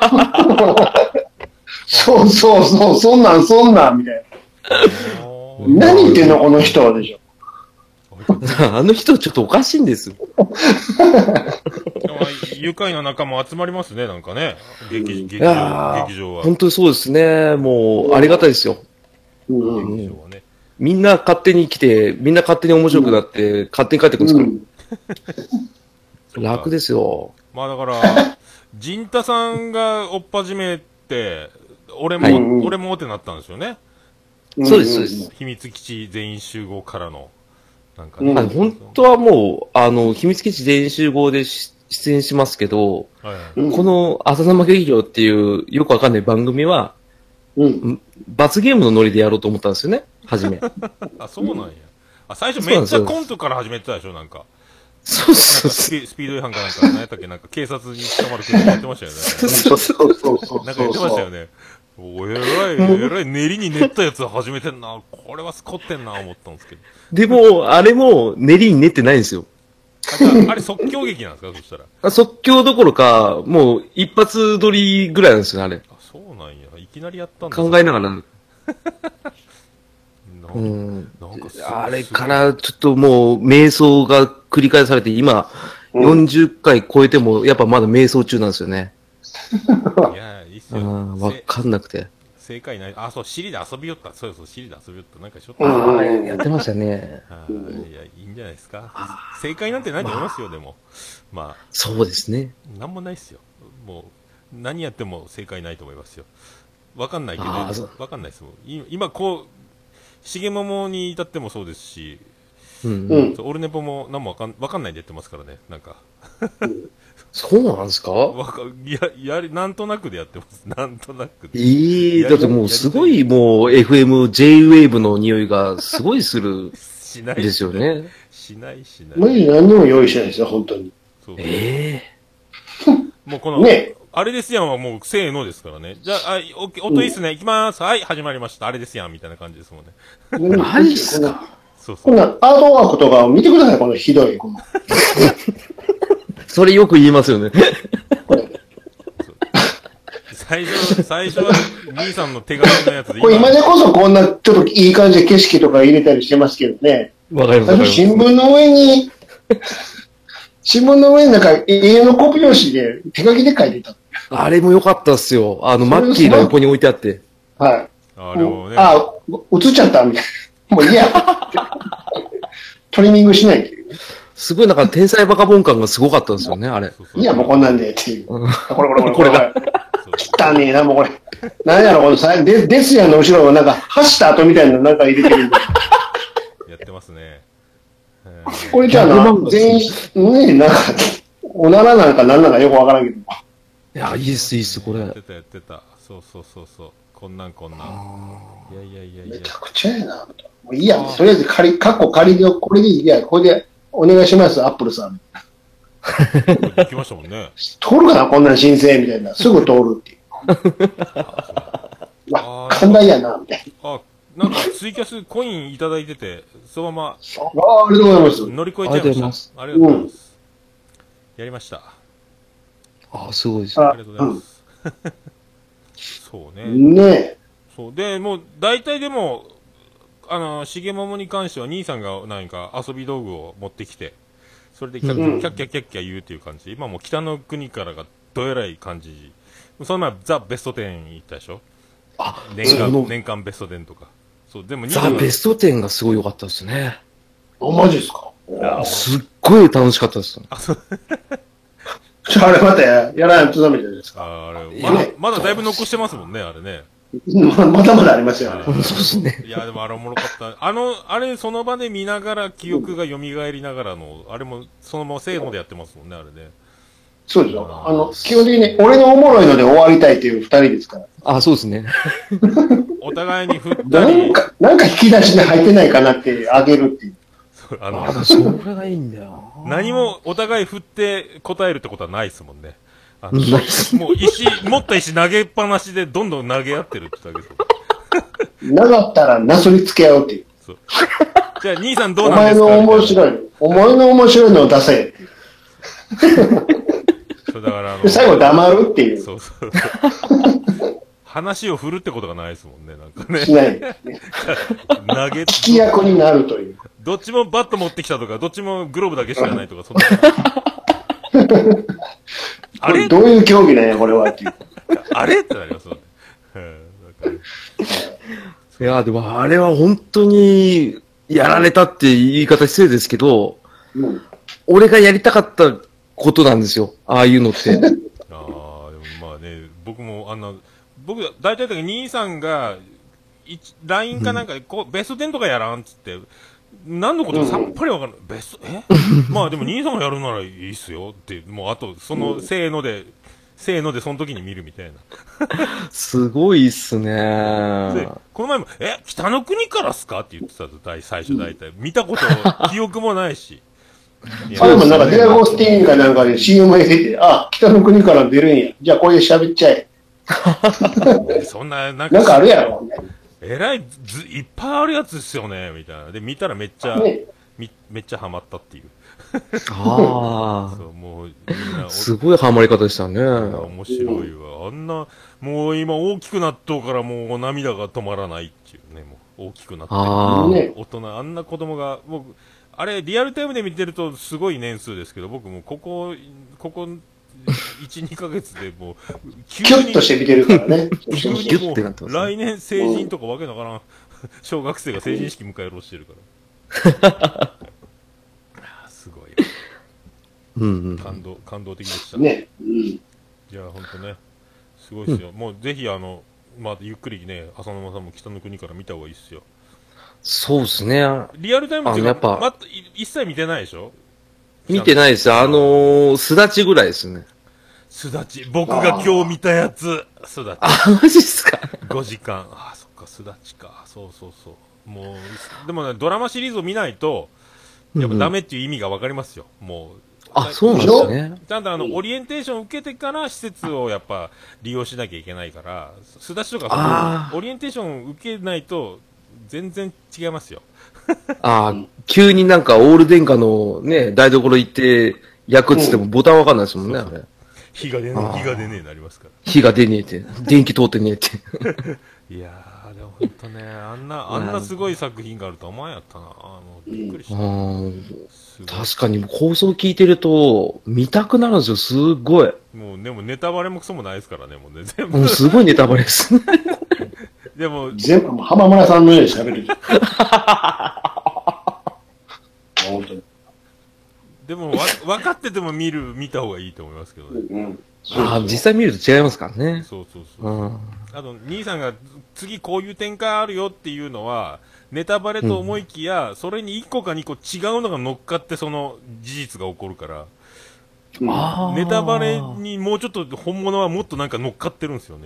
そうそうそう、そんなんそんなんみたいな。何言ってんのこの人はでしょ。 あの人ちょっとおかしいんですよ。 愉快な仲間集まりますね、なんかね。劇劇い場やー劇場は。 本当にそうですね。もう、ありがたいですよ。 うん劇場はね。 みんな勝手に来て、みんな勝手に面白くなって、勝手に帰ってくるんですから。楽ですよ。 まあだから、ジンタさんが追っ始めて、俺も、 はい俺もってなったんですよね。 そうです、そうです。 秘密基地全員集合からの。なんかね。 うんあの本当はもう、あの、秘密基地全員集合でし出演しますけど、 はいはい、 うんこの浅生劇場っていうよくわかんない番組は、 うん。 罰ゲームのノリでやろうと思ったんですよね、初め。 あ、そうなんや。あ、最初めっちゃコントから始めてたでしょ、なんか。 そうそうスそう。 ピスピード違反かなんか、何やったっけ、なんか警察に捕まるくらいやってましたよね。 そうそうそうそう。 なんか言ってましたよね。おえらい、えらい練りに練ったやつ始めてんな。これはスコってんな、思ったんですけど。 でも、あれも練りに練ってないんですよ。 あ、じゃあ、あれ即興劇なんですか、そしたら。 即興どころか、もう一発撮りぐらいなんですよ、あれ。 あ、そうなんや。いきなりやったんだ。 考えながら。 なうん。 なんかすごいあれからちょっともう瞑想が繰り返されて、今、よんじゅっかい超えても、やっぱまだ瞑想中なんですよね。 いや、いいっすうよ。 ん、わかんなくて。 正解ない。あ、そう、尻で遊びよった。そうそう、尻で遊びよった。なんかしょっと。 うんああ、やってましたね。 はいいや、いいんじゃないですか。正解なんてないと思いますよ、でも。まあ、 そうですね。 なんもないっすよ。もう、何やっても正解ないと思いますよ。わかんないけど、 あーそうわかんないですもん。い今、こう、しげももに至ってもそうですし、 うん。 う。ん。 そうオルネポも何もわかんわかんないでやってますからね、なんか。 そうなんですかわかや、やり、なんとなくでやってます。なんとなくで。 ええやりだってもうすごいもう エフエム、J-Wave の匂いがすごいするしないですよね。 しないしない。 マジで何にも用意してないですよ、本当に。 そうええもうこの、 ねあれですやんはもうせーのですからね。じゃあ、あお音いいっすね。行きまーす。はい、始まりました。あれですやん、みたいな感じですもんね。 マジっすかそうそう。 こんなアートワークとかを見てください、このひどい。このそれよく言いますよね。 最初、最初は、兄さんの手紙のやつでこれ今でこそこんなちょっといい感じで景色とか入れたりしてますけどね。 わかります。 最初新聞の上に、新聞の上になんか家のコピー用紙で手書きで書いてた。 あれも良かったっすよ。あの、マッキーが横に置いてあって。 はい。 あれをね。 あ、映っちゃったみたいな。もういいや。トリミングしないっていうね。 すごいなんか天才バカボン感がすごかったんですよね、あれ。 そうそういや、もうこんなんでっていう。 うんこれこれこれこれが。 汚ねえな、もうこれ。何やろ、このさ、で、ですやんの後ろをなんか、走った後みたいなのなんか入れてるんで。 やってますね。 これじゃあな、全員、ねなんか、おならなんかなんなんかよくわからんけど。 いや、いいっす、いいっす、これ。 やってた、やってた。そうそうそうそう。こんなんこんなん。いやいやいやいや。 めちゃくちゃやな。もういいや、とりあえず仮、カッコ仮で、これでいいや、これでお願いします、アップルさん。 行きましたもんね。 通るかな、こんなん申請みたいな。すぐ通るっていう。わ、寛大やな、みたいあ、なんかツイキャスコインいただいてて、そのまな。ああ、ありがとうございます。 ま乗り越えちゃいました。ありがとうございます。やりました。 あ、すごいです。 あありがとうございます。そうね。 ねえ。 そう。で、もう、大体でも、あの、しげももに関しては、兄さんが何か遊び道具を持ってきて、それでキャッキャッキャッキャッキャッキャ言うっていう感じ。今もう北の国からがどえらい感じ。その前、ザ・ベストテン行ったでしょあ、 年その間、年間ベストテンとか。そう、でも兄ザ・さんがベストテンがすごい良かったですね。 あ、マジですか。 すっごい楽しかったです。 じゃあ、あれまたややらないとダメじゃないですか。 ああれ、まだ、まだだいぶ残してますもんね、あれね。 ままだまだありますよね。 そうですね。 いや、でもあれおもろかった。あの、あれ、その場で見ながら、記憶が蘇りながらの、あれも、そのまませーのでやってますもんね、あれね。 そうですよ。あの、基本的に、俺のおもろいので終わりたいっていう二人ですから。 あ、そうですね。 お互いに振ったりなん、か、なんか引き出しに入ってないかなってあげるっていう。 あの、 あ、それがいいんだよ。 何もお互い振って答えるってことはないですもんね。あのないっすもう石、持った石投げっぱなしでどんどん投げ合ってるってだけですなかったらなすりつけ合うっていう。 そう。じゃあ、兄さんどうおなんですか？ 前の面白い、お前の面白いのを出せ。 そうだからあので、最後黙るっていう。 そうそうそう。話を振るってことがないですもんね、なんかね。 しないですね。 投げ、 聞き役になるという。 どっちもバット持ってきたとか、どっちもグローブだけしかないとか、そんな。あれどういう競技なんや、これはっていう。 あれってなりますもんね。 いや、でもあれは本当に、やられたって言い方失礼ですけど、うん、俺がやりたかったことなんですよ。ああいうのって。ああ、でもまあね、僕もあんな、僕、大体だけ兄さんが、ライン かなんかで、こう、ベストテンとかやらんっつって、何のことかさっぱりわかんない。ベスト、えまあでも兄さんがやるならいいっすよって、もうあと、その、せーので、せーのでその時に見るみたいな。 すごいっすね。 で、この前も、え、北の国からっすかって言ってたと、最初大体。見たこと、記憶もないし。 あれもなんかディアゴスティーンかなんかで シーエム へ出て、あ、北の国から出るんや。じゃあこれで喋っちゃえ。 そんな、なんか。 なんかあるやろ。 えらいず、いっぱいあるやつですよね、みたいな。で、見たらめっちゃ、ね、みめっちゃハマったっていう。 ああ。 そう、もう、みんな。すごいハマり方でしたね。 面白いわ。あんな、もう今大きくなっとうからもう涙が止まらないっていうね、もう大きくなってる。大人、あんな子供が、僕、あれ、リアルタイムで見てるとすごい年数ですけど、僕もここ、ここ、いち、にかげつでもう、 急に。キュッとして見てるからね。 急にもう、来年成人とかわけなからん、小学生が成人式迎えろしてるから。すごい。 うんうん、 感動、感動的でした。 ね。うん、 いや、ほんとね、すごいっすよ。うん、もうぜひ、あの、まあ、ゆっくりね、浅沼さんも北の国から見た方がいいっすよ。 そうですね。 リアルタイムっていうか、ま、一切見てないでしょ？ 見てないです。あのー、すだちぐらいですね。 すだち。僕が今日見たやつ。すだち。 あ、マジっすか？ ごじかん。あ、そっか、すだちか。そうそうそう。もう、でもね、ドラマシリーズを見ないと、やっぱダメっていう意味がわかりますよ。うん、もう。 あ、そうなんですね。 ちゃんとあの、オリエンテーションを受けてから施設をやっぱ利用しなきゃいけないから、すだちとか、オリエンテーションを受けないと、全然違いますよ。 ああ、急になんかオール電化のね、台所行って焼くっつってもボタンわかんないですもんね、あれ。 火が出ねえ、火が出ねえなりますから。 火が出ねえって、電気通ってねえって。 いやー、でもほんとね、あんな、あんなすごい作品があるとは思わんやったな。あの、びっくりした。 確かに放送聞いてると、見たくなるんですよ、すっごい。 もう、でもネタバレもクソもないですからね、もうね、全部。 もうすごいネタバレです。 でも、 全部浜村さんのように喋る。本当に。 でもわ、分かってても見る、見た方がいいと思いますけどね。うん、 ああ、実際見ると違いますからね。 そうそうそう。うん、あと、兄さんが次こういう展開あるよっていうのは、ネタバレと思いきや、うん、それにいっこかにこ違うのが乗っかってその事実が起こるから、うん、ネタバレにもうちょっと本物はもっとなんか乗っかってるんですよね。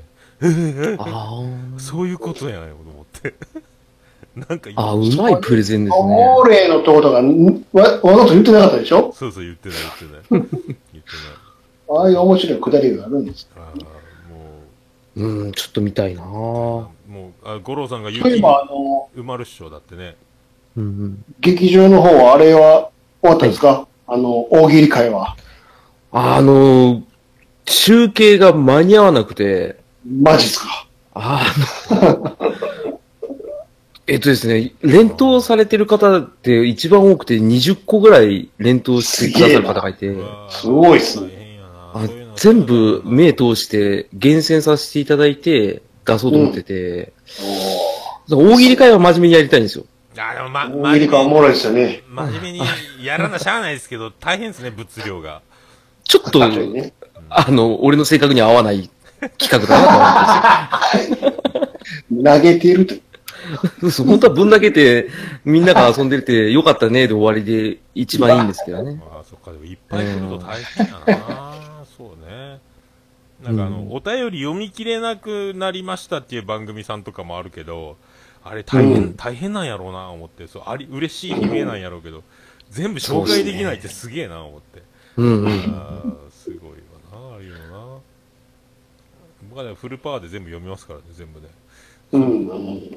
そういうことやないと思って。なんかあ、うまいプレゼンですね。 モーレーのとことか、わ、わざと言ってなかったでしょ？ そうそう、言ってない、言ってない。言ってない。 ああいう面白いくだりがあるんですか？ あもう、うん、ちょっと見たいなぁ。もう、あ、五郎さんが雪に埋まるっしょ、だってね。 うんうん、劇場の方は、あれは終わったんですか？はい、あの、大喜利会は。 あの、中継が間に合わなくて。 マジっすか？ あの、えっとですね、連投されてる方って一番多くてにじゅっこぐらい連投してくださる方がいて。 すごいっすね。 あ全部目通して厳選させていただいて出そうと思ってて。うん、大喜利会は真面目にやりたいんですよ。 あでもま、 大喜利会おもろいですよね。 真面目にやらなしゃあないですけど、大変ですね、物量が。 ちょっと、ね、あの、俺の性格に合わない企画だなと思うんですよ。 投げてると。 そう、本当はぶん投げて、みんなが遊んでてよかったねで終わりで一番いいんですけどね。 ああ、そっか、でもいっぱい来ると大変やな。そうね。なんかあの、うん、お便り読み切れなくなりましたっていう番組さんとかもあるけど、あれ大変、うん、大変なんやろうな、思って、そう、あり、嬉しい悲鳴なんやろうけど、全部紹介できないってすげえな、思って。 うんうん。 あすごいわな、ああいうのな。僕はね、フルパワーで全部読みますからね、全部ね。 うん。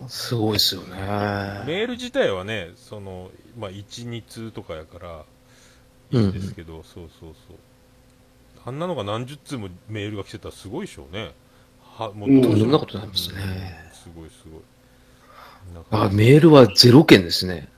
すごいですよね。 メール自体はね、その、まあ、いち、に通とかやから、いいんですけど、うん、そうそうそう。あんなのが何十通もメールが来てたらすごいでしょうね。 は、もう、うん、そんなことないですね、うん。 すごいすごい。 あ、メールはゼロ件ですね。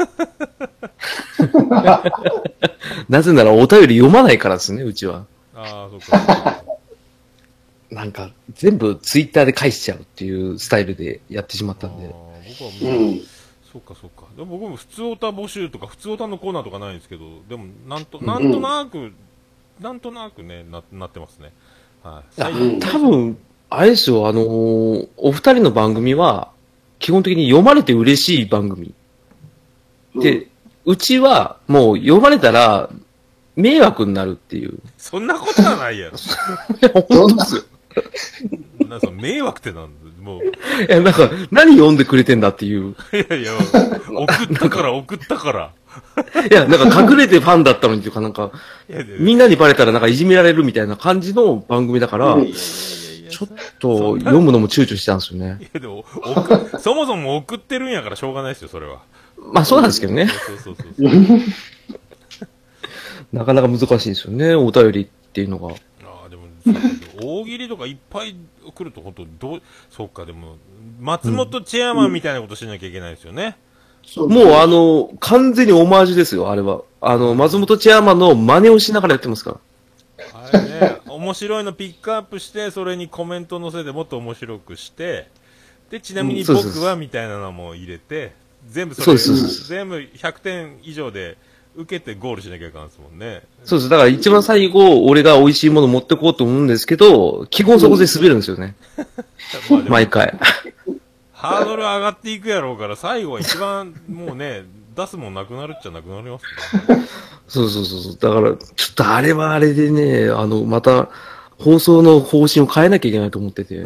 なぜならお便り読まないからですね、うちは。 ああ、そうか。 なんか、全部ツイッターで返しちゃうっていうスタイルでやってしまったんで。 僕はもう、うん、そうかそうか。でも僕も普通オタ募集とか、普通オタのコーナーとかないんですけど、でも、なんと、なんとなく、うん、なんとなくね、な、なってますね。はい。 うん、多分、あれですよ、あのー、お二人の番組は、基本的に読まれて嬉しい番組。で、うちは、もう読まれたら、迷惑になるっていう。 そんなことはないやろ。 本当ですよ。 なんか迷惑ってなんだ、もう。いや、なんか、何読んでくれてんだっていう。 いやいや、送ったから、送ったから。 いや、なんか隠れてファンだったのにというか、なんか、みんなにバレたらなんかいじめられるみたいな感じの番組だから、ちょっと読むのも躊躇したんですよね。 いやでも、そもそも送ってるんやからしょうがないですよ、それは。 まあそうなんですけどね。そうそうそうそう。なかなか難しいですよね、お便りっていうのが。 ああ、でも、大喜利とかいっぱい来ると本当どう、そうか、でも、松本チェアマンみたいなことしなきゃいけないですよね。 うん、もうあの、完全にオマージュですよ、あれは。あの、松本チェアマンの真似をしながらやってますから。 あれね、面白いのピックアップして、それにコメント載せてもっと面白くして、で、ちなみに僕はみたいなのも入れて、全部それ、全部ひゃくてん以上で受けてゴールしなきゃいかんですもんね。 そうです。だから一番最後、俺が美味しいもの持ってこうと思うんですけど、基本そこで滑るんですよね。毎回。 ハードル上がっていくやろうから、最後は一番もうね、出すもんなくなるっちゃなくなりますね。 そうそうそう。だから、ちょっとあれはあれでね、あの、また、放送の方針を変えなきゃいけないと思ってて。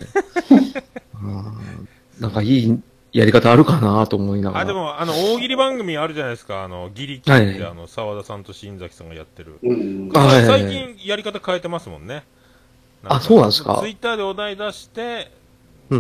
なんかいいやり方あるかなと思いながら。 あ、でも、あの、大喜利番組あるじゃないですか。あの、ギリキって、はい、あの、沢田さんと新崎さんがやってる。うん、最近やり方変えてますもんね。 あ、そうなんですか。 ツイッターでお題出して、うん、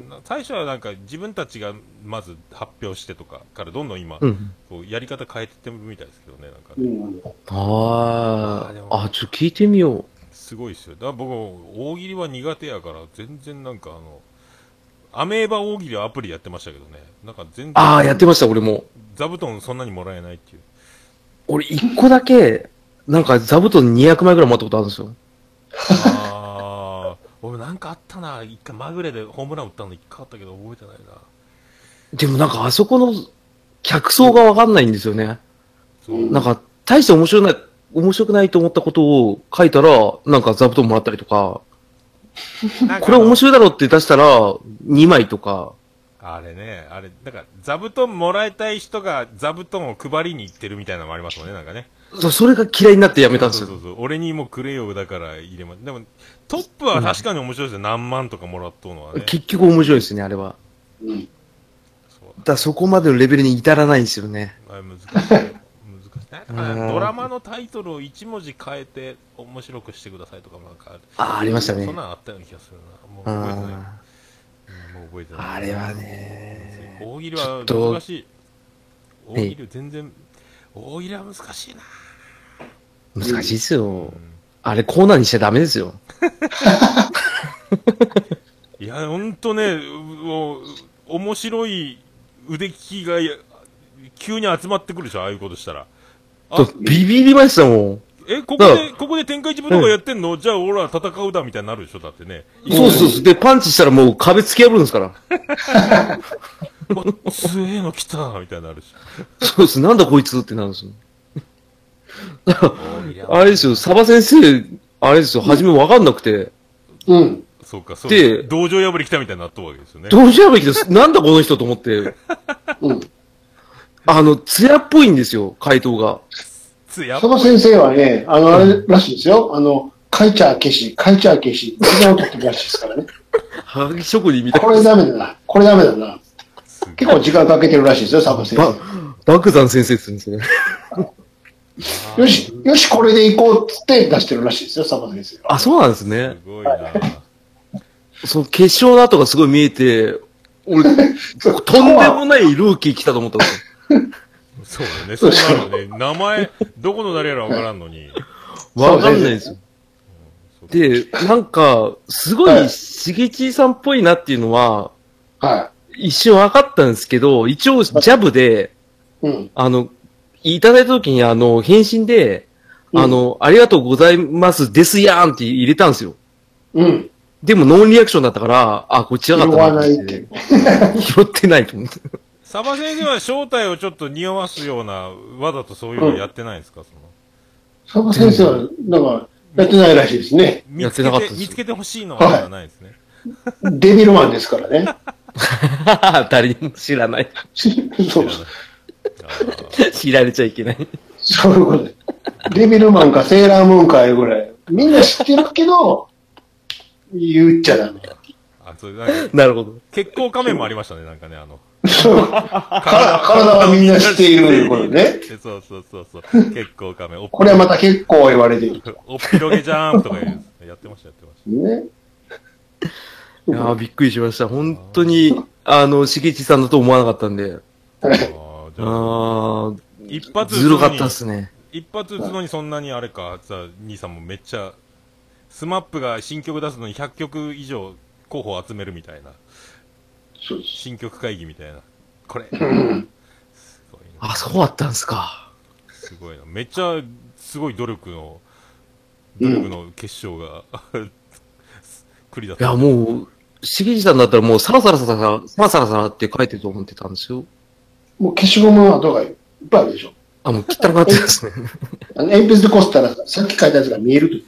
最初はなんか自分たちがまず発表してとかからどんどん今、うん、こうやり方変えてってるみたいですけどね、なんかね。うん、 ああ、あ、ちょっと聞いてみよう。 すごいですよ。だから僕、大喜利は苦手やから、全然なんかあの、アメーバ大喜利はアプリやってましたけどね。なんか全然。 ああ、やってました、俺も。 座布団そんなにもらえないっていう。 俺、一個だけ、なんか座布団にひゃくまいぐらいもらったことあるんですよ。 ああ、俺なんかあったな。一回まぐれでホームラン打ったの一回あったけど覚えてないな。 でもなんかあそこの客層がわかんないんですよね。うん、なんか、大して面白くない、面白くないと思ったことを書いたら、なんか座布団もらったりとか、これ面白いだろうって出したら、にまいとか。 あれね、あれ、なんか、座布団もらいたい人が座布団を配りに行ってるみたいなのもありますもんね、なんかね。 そう、それが嫌いになってやめたんですよ。 そうそうそう。俺にもくれよだから入れま、でも、トップは確かに面白いですよ。うん、何万とかもらっとうのはね。 結局面白いですね、あれは。うん。そうだそこまでのレベルに至らないんですよね。 あれ難しい。難しい。なんかドラマのタイトルを一文字変えて面白くしてくださいとかなんかある。 ああ、ありましたね。 そんなのあったような気がするな。もう覚えてない。うん、もう覚えてない。 あれはね。 大喜利は難しい。大喜利全然、大喜利は難しいな。 難しいですよ。うん、あれコーナーにしちゃダメですよ。 いや、ほんとね、もう、面白い腕利きが急に集まってくるでしょ、ああいうことしたら。 ビビりましたもん。 え、ここで、ここで天下一武道がやってんの、うん、じゃあ俺ら戦うだみたいになるでしょ、だってね。 そうそうそう。で、パンチしたらもう壁突き破るんですから。 強えの来たみたいになるし。 そうです。なんだこいつってなるんですよ。あれですよ、サバ先生、あれですよ、初め分かんなくて。 うん。 そうか、そうで、道場破り来たみたいになったわけですよね。 道場破り来た、なんだこの人と思って。うん。あの、艶っぽいんですよ、回答が。 艶っぽい。サバ先生はね、あの、あれらしいですよ。あの、書いちゃ消し、書いちゃ消し、時間を取ってるらしいですからね。 はがき職人みたいな。 これダメだな。これダメだな。結構時間かけてるらしいですよ、サバ先生。 爆山先生って言うんですね。 よし、よし、これで行こうっつって出してるらしいですよ、サバ先生。 あ、そうなんですね。 すごいな。 その決勝の後がすごい見えて、 俺、とんでもないルーキー来たと思ったんですよ。 そうだね、そうなるね。名前、どこの誰やらわからんのに。 わかんないですよ。で、なんか、すごい、しげちさんっぽいなっていうのは、 は一瞬分かったんですけど、一応、ジャブで、 い。うん。 あの、いただいた時に、あの、返信で、あの、ありがとうございますですやんって入れたんですよ。 うん。 でも、ノンリアクションだったから、あ、こっちやがったなと思って。 拾わないって。 拾ってないと思って。 サバ先生は正体をちょっと匂わすような、わざとそういうのやってないんですか、その。 サバ先生は、なんか、やってないらしいですね。 見つけて、見つけてほしいのはないですね。 デビルマンですからね。 誰にも知らない。 そう。 知られちゃいけない。 そういうことで。デビルマンかセーラームーンかいうぐらい。みんな知ってるけど、言っちゃダメ。 あ、それなんかなるほど。 血行仮面もありましたね、なんかね、あの。 そう。体体はみんな知っているということね。 そうそうそうそう。血行仮面。 これはまた結構言われている。 おっぴろげジャンプとかいうやってました、やってましね。 いやーびっくりしました。本当に、あの、しげちさんだと思わなかったんで。 た。あーじゃあああ、 一発撃つずるかったのにっすね。 一発撃つのにそんなにあれか、さ、兄さんもめっちゃ、スマップが新曲出すのにひゃっきょく以上候補を集めるみたいな。 そうです。 新曲会議みたいな。これ。すごいな。 あ、そうだったんですか。 すごいな。めっちゃ、すごい努力の、努力の結晶が、栗だった。 いや、もう、しげちさんだったらもうサラサラサラサラ、サラサラサラって書いてると思ってたんですよ。 もう消しゴムの跡がいっぱいあるでしょ。 あ、もう汚かったですね。 あの鉛筆でこすったらさっき書いたやつが見えると。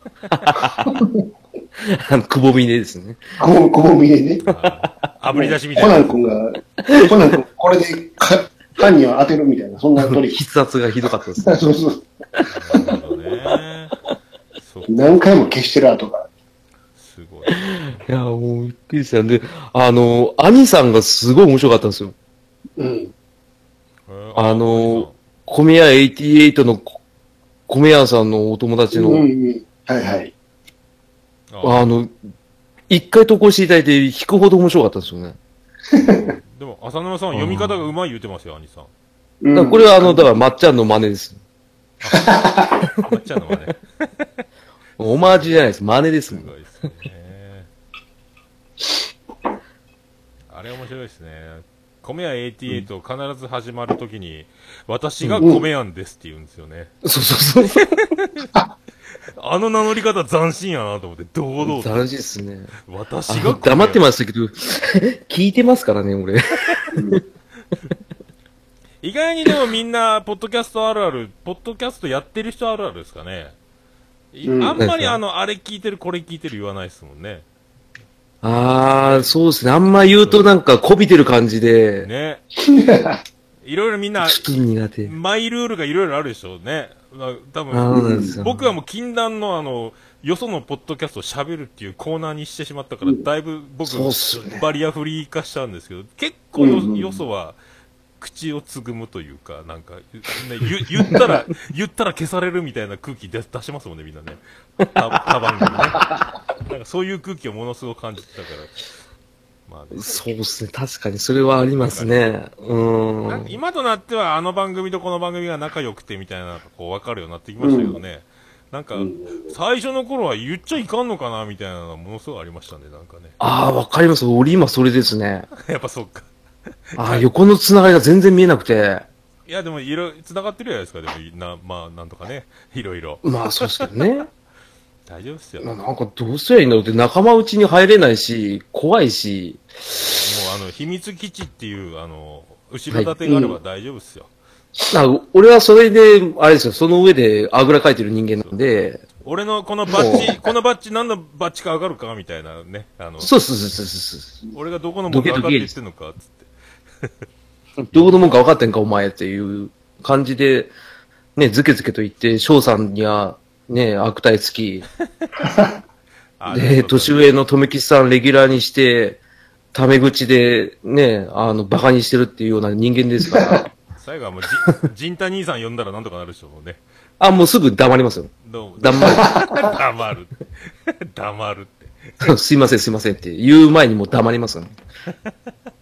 あの、くぼみでですね。 こぼ、こぼみでね。 あぶり出しみたいな。 コナン君が、コナン君、これでか犯人を当てるみたいな、そんなトリック。 筆圧がひどかったですね。 そうそう。 なるほどね。そう何回も消してる跡が。 すごい。 いや、もうびっくりしたんで、あの、兄さんがすごい面白かったんですよ。 うん。 あの、米屋はちじゅうはちのこ米屋さんのお友達の、 うんうん。はいはい。 あの、一回投稿していただいて引くほど面白かったですよね。 でも、浅沼さんは読み方がうまい言うてますよ、兄さん。 うんだからこれはあの、だからまっちゃんの真似です。 まっちゃんのはね。 オマージュじゃないです。真似ですもん。 すごいですね。あれ面白いですね。米屋はちじゅうはち必ず始まるときに、私が米屋んですって言うんですよね。 そうそうそう。 あの名乗り方斬新やなと思って、堂々と。 楽しいですね。 私があの黙ってましたけど、聞いてますからね、俺。 意外にでもみんな、ポッドキャストあるある、ポッドキャストやってる人あるあるですかね。いうんあんまりあの、あれ聞いてる、これ聞いてる言わないですもんね。 あー、そうですね。あんま言うとなんかこびてる感じで、 ね。いろいろみんな、 ちょっと苦手。 マイルールがいろいろあるでしょうね。まあ多あーそうなんです分、 よ僕はもう禁断のあの、よそのポッドキャストを喋るっていうコーナーにしてしまったから、だいぶ僕、 そうっすよねバリアフリー化しちゃうんですけど、結構よ、 うんうんよそは、口をつぐむというか、なんか、ね、言言ったら、言ったら消されるみたいな空気出出しますもんね、みんなね。た他番組ね。なんかそういう空気をものすごく感じてたから。まあね、 そうですね。確かにそれはありますね。うなんかーん。 今となってはあの番組とこの番組が仲良くてみたいなのがこう分かるようになってきましたけどね。なんか、最初の頃は言っちゃいかんのかなみたいなのがものすごいありましたね、なんかね。 ああ、わかります。俺今それですね。 やっぱそっか。 ああ、横のつながりが全然見えなくて。 いや、でもいろいろ繋がってるじゃないですか、でも、な、まあ、なんとかね。いろいろ。 まあ、そうですけどね。 大丈夫っすよ。 なもうなんかどうすりゃいいんだろうって仲間内に入れないし、怖いし。 あの、秘密基地っていう、あの、後ろ盾があれば大丈夫っすよ。 なんか俺はそれで、あれですよ、その上であぐらかいてる人間なんで。 俺のこのバッジ、このバッジ何のバッジか上がるかみたいなね。あの、 そうそうそうそうそう。 俺がどこのもんか分かって言ってんのか、つって。 どこのもんか分かってんか、お前っていう感じで、ね、ズケズケと言って、翔さんには、ね、悪態つき、 あで、年上の富吉さんレギュラーにして、タメ口で、ね、あの、馬鹿にしてるっていうような人間ですから。 最後はもうじ、ジンタ兄さん呼んだらなんとかなるでしょ、もうね。 あ、もうすぐ黙りますよ。 どうも。 黙る。 黙る。黙るって。 すいません、すいませんって言う前にもう黙りますよね。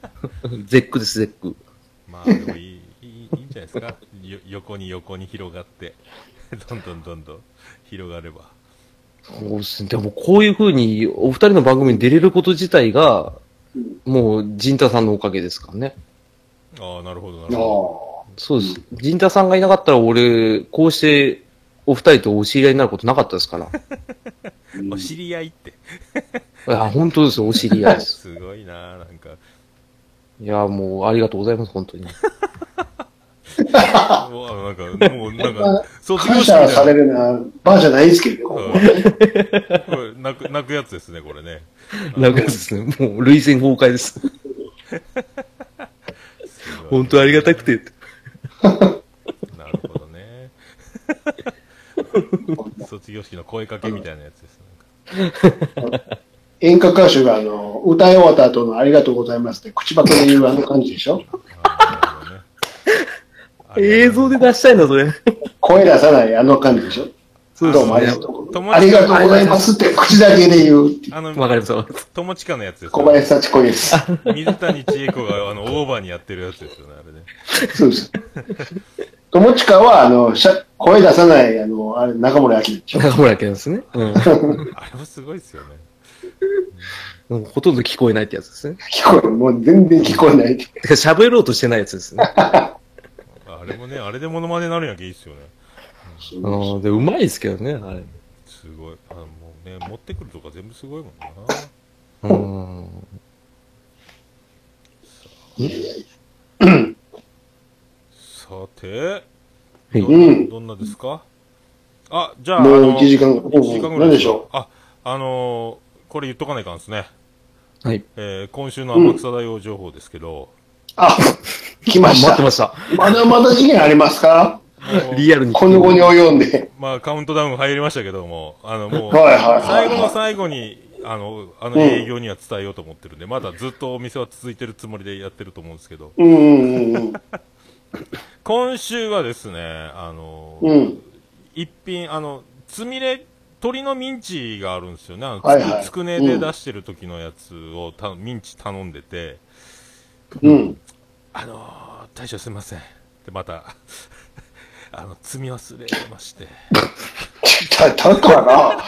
ゼックです、ゼック。 まあ、でもいい、いい、いいんじゃないですか。よ横に横に広がって、どんどんどんどん広がれば。 そうですね。でもこういう風にお二人の番組に出れること自体が、もう、陣太さんのおかげですからね。 ああ、なるほど、なるほど。そうです。陣太さんがいなかったら俺、こうしてお二人とお知り合いになることなかったですから。 お知り合いって。 いや、本当ですよ、お知り合いです。 すごいな、なんか。 いや、もう、ありがとうございます、本当に。もうなんか、もう、なんか、 卒業式感謝されるな、バーじゃないですけど、 これ泣く、泣くやつですね、これね。 泣くやつですね。もう、涙腺崩壊です。本当ありがたくて。 なるほどね。卒業式の声かけみたいなやつですね。 演歌歌手があの歌い終わった後のありがとうございますって口パクで言うあの感じでしょ。 映像で出したいな、それ。 声出さないあの感じでしょ。 そうどうもありがとう。ありがとうございますって口だけで言う。 あの、 わかります。 友近のやつです、ね。 小林幸子です。 水谷千恵子があのオーバーにやってるやつですよね、あれね。 そうです。友近はあの声出さないあのあれ中森明菜でしょ。 中森明菜ですね。うん。あれもすごいですよね。 うん、ほとんど聞こえないってやつですね。 聞こえもう全然聞こえない。 喋ろうとしてないやつですね。 あれもね、あれでモノマネになるんやけいいっすよね。 うん、あで、うまいですけどね、あれ。 すごい。あの、もうね、持ってくるとか全部すごいもんな。うん。 さて、 どんな、どんなですか？あ、じゃあ、 もういちじかん、 いちじかんぐらい。 何でしょう。あ、あのー、これ言っとかないかんですね。 はい。 えー、今週の天草大王情報ですけど。 うん、あ、来ました。 待ってました。 まだまだ次元ありますか？ リアルに。 この後に及んで。 まあ、カウントダウン入りましたけども、あの、もう、 はいはいはいはい、 最後の最後に、あの、あの営業には伝えようと思ってるんで、うん、まだずっとお店は続いてるつもりでやってると思うんですけど。 うんうんうん、 今週はですね、あの、 うん、 一品、あの、つみれ、鶏のミンチがあるんですよね。あの、 はいはい、 つくねで出してる時のやつをた、ミンチ頼んでて、 うん。 あのー、大将すいません。で、また、あの、積み忘れまして。 だ、だから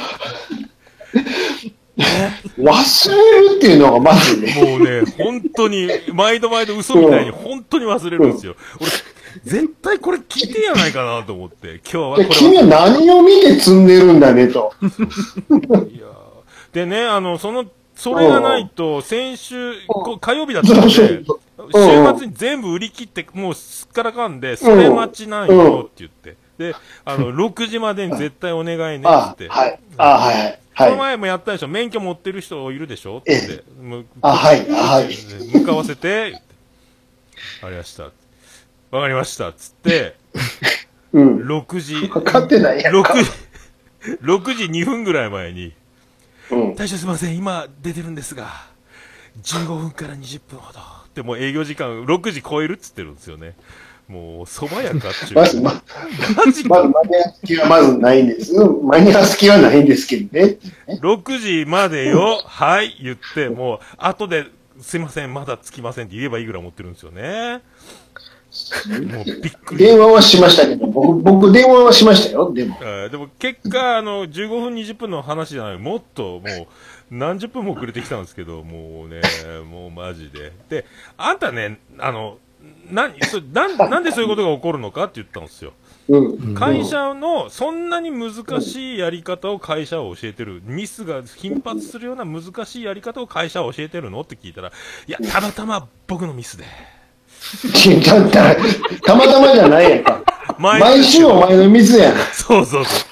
忘れるっていうのがまずね。 もうね、本当に、毎度毎度嘘みたいに本当に忘れるんですよ。うん、俺、絶対これ聞いてやないかなと思って、今日はこれ。 君は何を見て積んでるんだねと。 いやでね、あの、その、それがないと、先週、火曜日だったので、週末に全部売り切って、もうすっからかんで、それ待ちなんよって言って。で、あの、ろくじまでに絶対お願いねって。 あ、はい。あ、はい。 この前もやったでしょ、免許持ってる人いるでしょって言って。 あ、はい。はい。 向かわせて、ってありました。わかりました。つって、 うん。 ろくじ。 分かってないやんか。 ろくじ、ろくじにふんぐらい前に、 うん、 大将すいません、今出てるんですが、じゅうごふんからにじゅっぷんほど。でも営業時間ろくじ超えるっつってるんですよね。もう、蕎麦屋かっちゅう。 まず、ま、マジか。まず間に合う隙はまずないんです。間に合う隙はないんですけどね。 ろくじまでよ、はい、言って、もう、後で、すいません、まだ着きませんって言えばいいぐらい持ってるんですよね。もうびっくり。 電話はしましたけど、僕、僕電話はしましたよ、でも。 でも結果、あの、じゅうごふん、にじゅっぷんの話じゃない、もっと、もう、何十分も遅れてきたんですけど、もうね、もうマジで。で、あんたね、あの、な、そな、なんでそういうことが起こるのかって言ったんですよ。 うん、 会社の、そんなに難しいやり方を会社は教えてる。ミスが頻発するような難しいやり方を会社は教えてるのって聞いたら、いや、たまたま僕のミスで。 だったら、たまたまじゃないやんか。毎週お前のミスやん。 そうそうそう。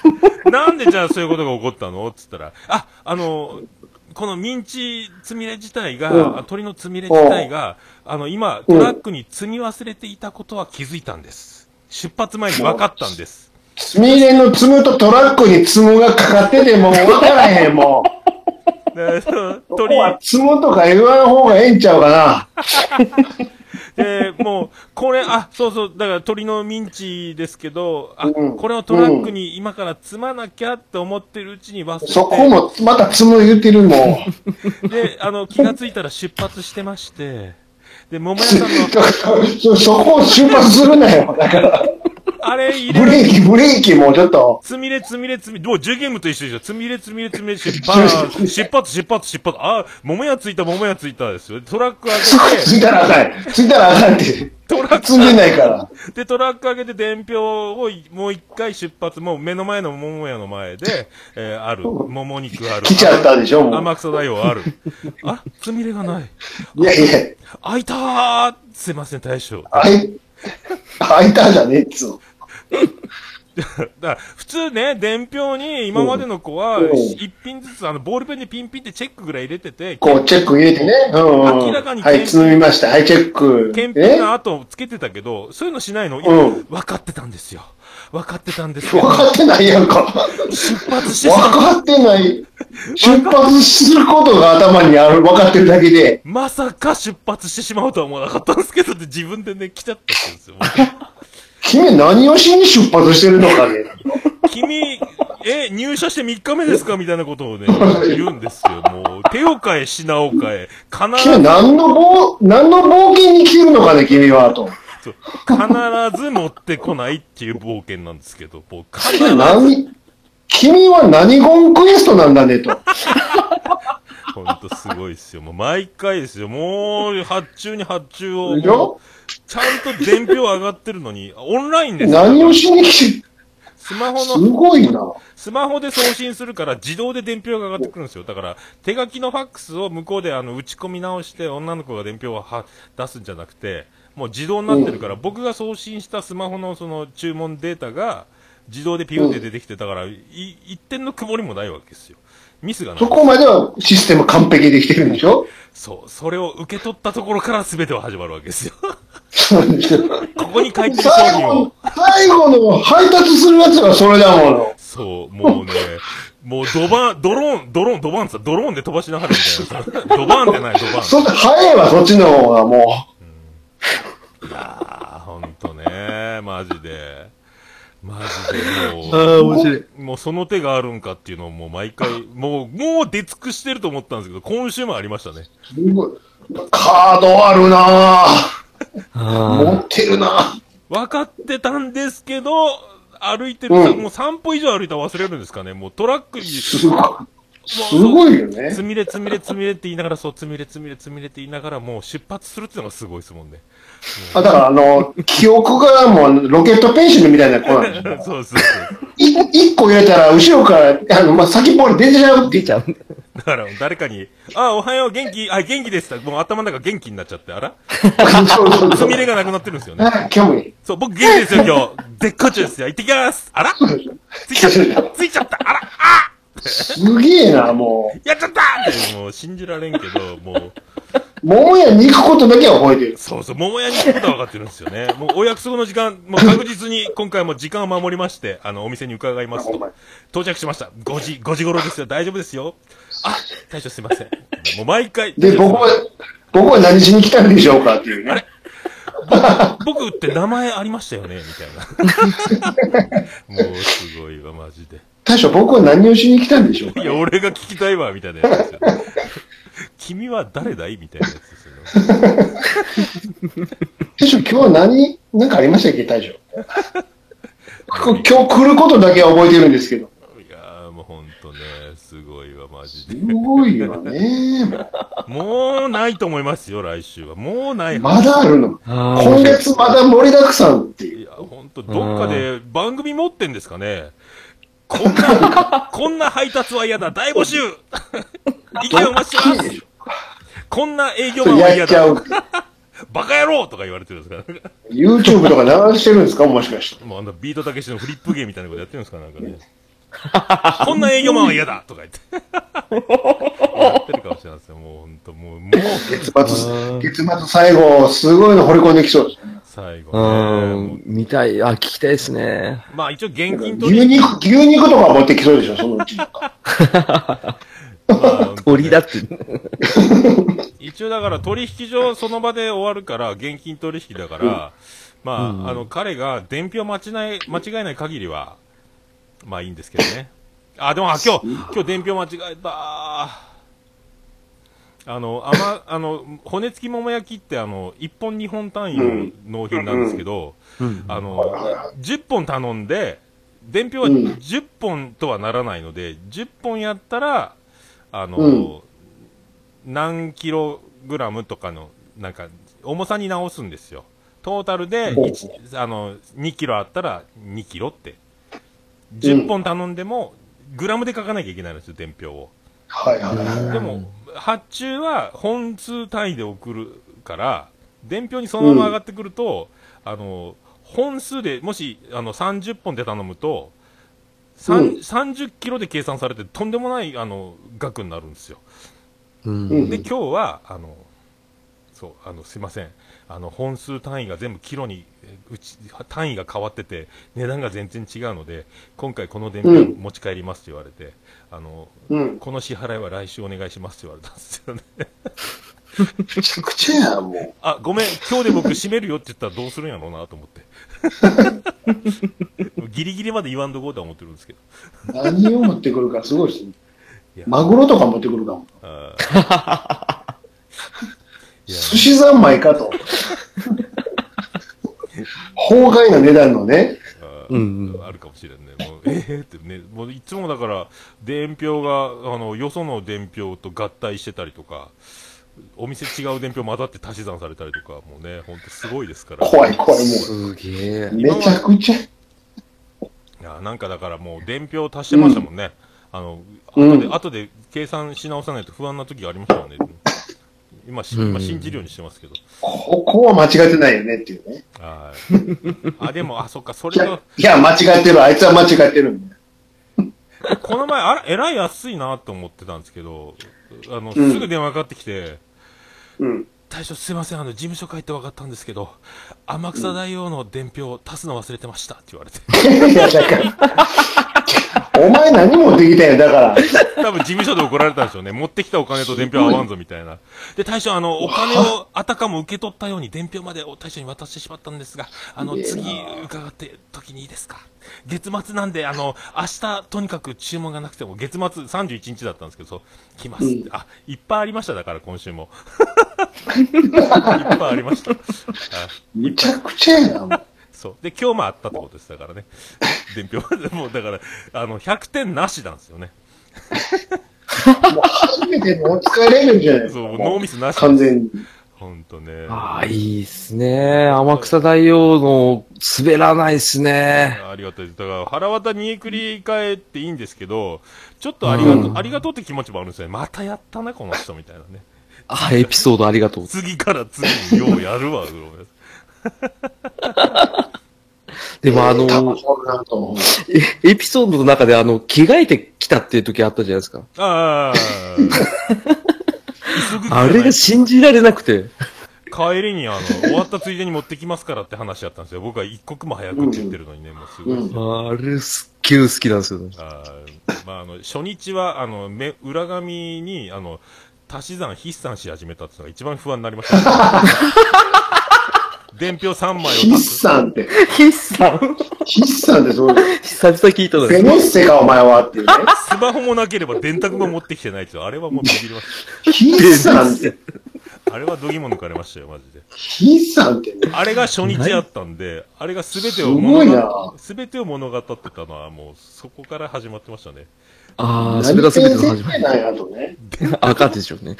なんでじゃあそういうことが起こったのって言ったら、あ、あの、このミンチつみれ自体が、うん、鶏のつみれ自体が、あの、今、トラックに積み忘れていたことは気づいたんです。出発前に分かったんです。 つみれの積むとトラックに積むがかかってても分からへん、もう。鳥は積むとか言わん方がええんちゃうかな。 で、もう、これ、あ、そうそう、だから鶏のミンチですけど、あ、うん、これをトラックに今から積まなきゃって思ってるうちに忘れて。 そこも、また積む言うてるもん。 で、あの、気がついたら出発してまして、 で、桃屋さんの。 そ、そこを出発するなよ。だから。 あれ入れブレーキ、ブレーキもうちょっと。 つみれつみれつみれ、もうじゅうゲームと一緒でしょ。つみれつみれつみれ、出発、出発、出発、出発。あ、桃屋ついた、桃屋ついたですよ。トラック上げて。 ついたらあかん。ついたらあかんって。トラック積んでないから。 で、トラック上げて伝票をもう一回出発、もう目の前の桃屋の前で、えー、ある。桃肉ある。 来ちゃったでしょ、もう。 天草大王ある。あ、つみれがない。 いやいや。 開いたー。すいません、大将。 開い、開いたじゃねえっつう。 だから普通ね、伝票に今までの子は、一品ずつあの、ボールペンでピンピンってチェックぐらい入れてて、 こう、チェック入れてね。うん、うん。 明らかにはい、積みました。はい、チェック。 検品の後つけてたけど、そういうのしないの、うん、分かってたんですよ。分かってたんですよ。 分かってないやんか。 出発して分かってない。出発することが頭にある、分かってるだけで。 まさか出発してしまうとは思わなかったんですけど、自分でね、来ちゃったんですよ。 君何をしに出発してるのかね。 君、え、入社してみっかめですかみたいなことをね、言うんですよ。もう、手を変え、品を変え、 必ず。君何の冒、何の冒険に来てるのかね、君は、と。 そう。必ず持ってこないっていう冒険なんですけど、もう必ず。 何、君は何ゴンクエストなんだね、と。 ほんとすごいですよ。もう毎回ですよ。もう、発注に発注を。 でしょ？ ちゃんと伝票上がってるのに、オンラインですよ。何をしに来て、 スマホの、 すごいな。 スマホで送信するから自動で伝票が上がってくるんですよ。だから、手書きのファックスを向こうであの、打ち込み直して女の子が伝票をは出すんじゃなくて、もう自動になってるから、うん、僕が送信したスマホのその注文データが自動でピュンって出てきて、だから、い一点の曇りもないわけですよ。ミスがない。 そこまではシステム完璧できてるんでしょ？ そう。それを受け取ったところから全ては始まるわけですよ。 そうですよ。 ここに書いてる商品を。 最後の配達するやつがそれだもの。 そう、もうね、もうドバン、ドローン、ドローン、ドバンさ、ドローンで飛ばしながらみたいな。ドバンってない、ドバン。 そ、早いわ、そっちの方がもう。うん、いやー、ほんとね、マジで。マジでもう、 ああ、面白い。 もうその手があるんかっていうのをもう毎回、もう、もう出尽くしてると思ったんですけど、今週もありましたね。 すごい。カードあるなぁ。持ってるなぁ。 分かってたんですけど、歩いてる、うん、もう散歩以上歩いたら忘れるんですかね。もうトラックに。 すごい。すごいよね。 つみれつみれつみれって言いながら、そう、つみれつみれつみれって言いながら、もう出発するっていうのがすごいですもんね。 あ、だからあの、記憶がもうロケットペンシルみたいな子なんですよ。 そうそうそう。 い一個入れたら、後ろから、あの、まあ、先っぽに出ちゃう。 出ちゃう。 だから、誰かに、あ、おはよう、元気、あ、元気です。もう頭の中元気になっちゃって、あらつみれがなくなってるんですよね。 あ、今日もいい。 そう、僕元気ですよ、今日。絶好調ですよ。行ってきます。あらついちゃった。ついちゃった。あらあすげえな、もう。やっちゃったって、もう信じられんけど、もう。 桃屋に行くことだけは覚えてる。 そうそう、桃屋に行くことは分かってるんですよね。もうお約束の時間、もう確実に今回も時間を守りまして、あの、お店に伺いますと。到着しました。ごじ、ごじ頃ですよ。大丈夫ですよ。あ、大将すいません。もう毎回。 で、僕は、僕は何しに来たんでしょうかっていうね。あれ僕、僕って名前ありましたよねみたいな。もうすごいわ、マジで。 大将、僕は何をしに来たんでしょうか、 ね、いや、俺が聞きたいわ、みたいなやつですよね。君は誰だいみたいなやつですよね。 大将、今日は何、なんかありましたっけ、大将。今日来ることだけは覚えてるんですけど。 いやー、もうほんとね、すごいわ、マジで。 すごいわね。 もうないと思いますよ、来週は。もうない。 まだあるの。今月まだ盛りだくさんっていう。 いや、ほんと、どっかで番組持ってんですかね。こんな、こんな配達は嫌だ、大募集意見お待ちしてます。こんな営業マンは嫌だ。バカ野郎とか言われてるんですか YouTube とか流してるんですかもしかして。 もうあのビートたけしのフリップ芸みたいなことやってるんですかなんかね。こんな営業マンは嫌だとか言って。やってるかもしれないですよ。もう本当もう、もう。 月末、月末最後、すごいの掘り込んできそうです。 最後、 ね。うん、見たい。あ、聞きたいですね。 まあ一応現金取り。牛肉、牛肉とか持ってきそうでしょ、そのうち。まあ、鳥だって。 一応だから取引所その場で終わるから、現金取引だから、うん、まあ、うん、あの、彼が伝票間違い、間違えない限りは、まあいいんですけどね。あ、でも、あ、今日、今日伝票間違えた。 あの、あま、あの、骨付き桃焼きってあの、いっぽんにほん単位の納品なんですけど、うん、あの、じゅっぽん頼んで、伝票はじゅっぽんとはならないので、じゅっぽんやったら、あの、うん、何キログラムとかの、なんか、重さに直すんですよ。トータルでいち、あの、にキロあったらにキロって。じゅっぽん頼んでも、グラムで書かなきゃいけないんですよ、伝票を。 はいはいはい。 でも、発注は本数単位で送るから、伝票にそのまま上がってくると、うん、あの、本数で、もし、あの、さんじゅっぽんで頼むと、うん、さんじゅっキロで計算されて、とんでもない、あの、額になるんですよ。うん、で、今日は、あの、そう、あの、すいません。あの、本数単位が全部キロに、うち、単位が変わってて、値段が全然違うので、今回この伝票持ち帰りますって言われて、うん、あの、うん、この支払いは来週お願いしますって言われたんですよね。 めちゃくちゃや、もう。 あ、ごめん、今日で僕閉めるよって言ったらどうするんやろうなと思って。ギリギリまで言わんとこうとは思ってるんですけど。 何を持ってくるかすごいですね。マグロとか持ってくるかも。寿司三昧かと。法外な値段のね。 あ, うん、あるかもしれんね。もうえーってね、もういつもだから、伝票が、あの、よその伝票と合体してたりとか、お店違う伝票混ざって足し算されたりとか、もうね、ほんとすごいですから。 怖い怖い、もう。 すげえ。 めちゃくちゃ。いや、なんかだからもう伝票足してましたもんね。うん、あの、後で、うん、後で計算し直さないと不安な時がありましたよね。今、今信じるようにしてますけど。 ここは間違ってないよねっていうね。 はい。あ、でも、あ、そっか、それと。 いや、間違ってる。あいつは間違ってるんだよ。 この前、あら、えらい安いなと思ってたんですけど、あの、すぐ電話かかってきて、うん。大将すいません、あの、事務所帰って分かったんですけど、天草大王の伝票足すの忘れてましたって言われて。いや、だから。 お前何持ってきたんや、だから。 多分事務所で怒られたんでしょうね。持ってきたお金と伝票合わんぞ、みたいな。で、大将、あの、お金をあたかも受け取ったように伝票まで大将に渡してしまったんですが、あの、次伺って時にいいですか？月末なんで、あの、明日、とにかく注文がなくても、月末さんじゅういちにちだったんですけど、そう、来ますって。うん、あ、いっぱいありました、だから今週も。いっぱいありました。 めちゃくちゃやな。 そう。で、今日もあったってことです、だからね。伝票は、もうだから、あの、ひゃくてんなしなんですよね。 もう初めてのお使いレベルじゃないですか。 そう、ノーミスなし。 完全に。 ほんとね。 ああ、いいっすね。天草大王の滑らないっすね。 ありがたいです。だから、腹渡煮えくり返っていいんですけど、ちょっとありがとう、うん、ありがとうって気持ちもあるんですよね。またやったな、この人、みたいなね。 あ、エピソードありがとう。 次から次にようやるわ、うろでもあのー、エピソードの中であの、着替えてきたっていう時あったじゃないですか。ああ。あれが信じられなくて。 帰りにあの、終わったついでに持ってきますからって話やったんですよ。僕は一刻も早くって言ってるのにね、もうすごいですよ。 あれすっげえ好きなんですよね。 あまああの、初日はあの、目、裏紙にあの、足し算、筆算し始めたっていうのが一番不安になりました、ね。伝票さんまいを筆算って。 筆算筆算ってそうです。 久々聞いたのペノッセかお前はっていうね。 スマホもなければ電卓も持ってきてないっていう。あれはもうビビりました。筆算って。 あれはどぎも抜かれましたよ、マジで。 筆算ってね。 あれが初日やったんで、あれが全てを物語、全てを物語ってたのはもうそこから始まってましたね。 ああ、それが全ての始まり。 ないあとね。 赤でしょうね。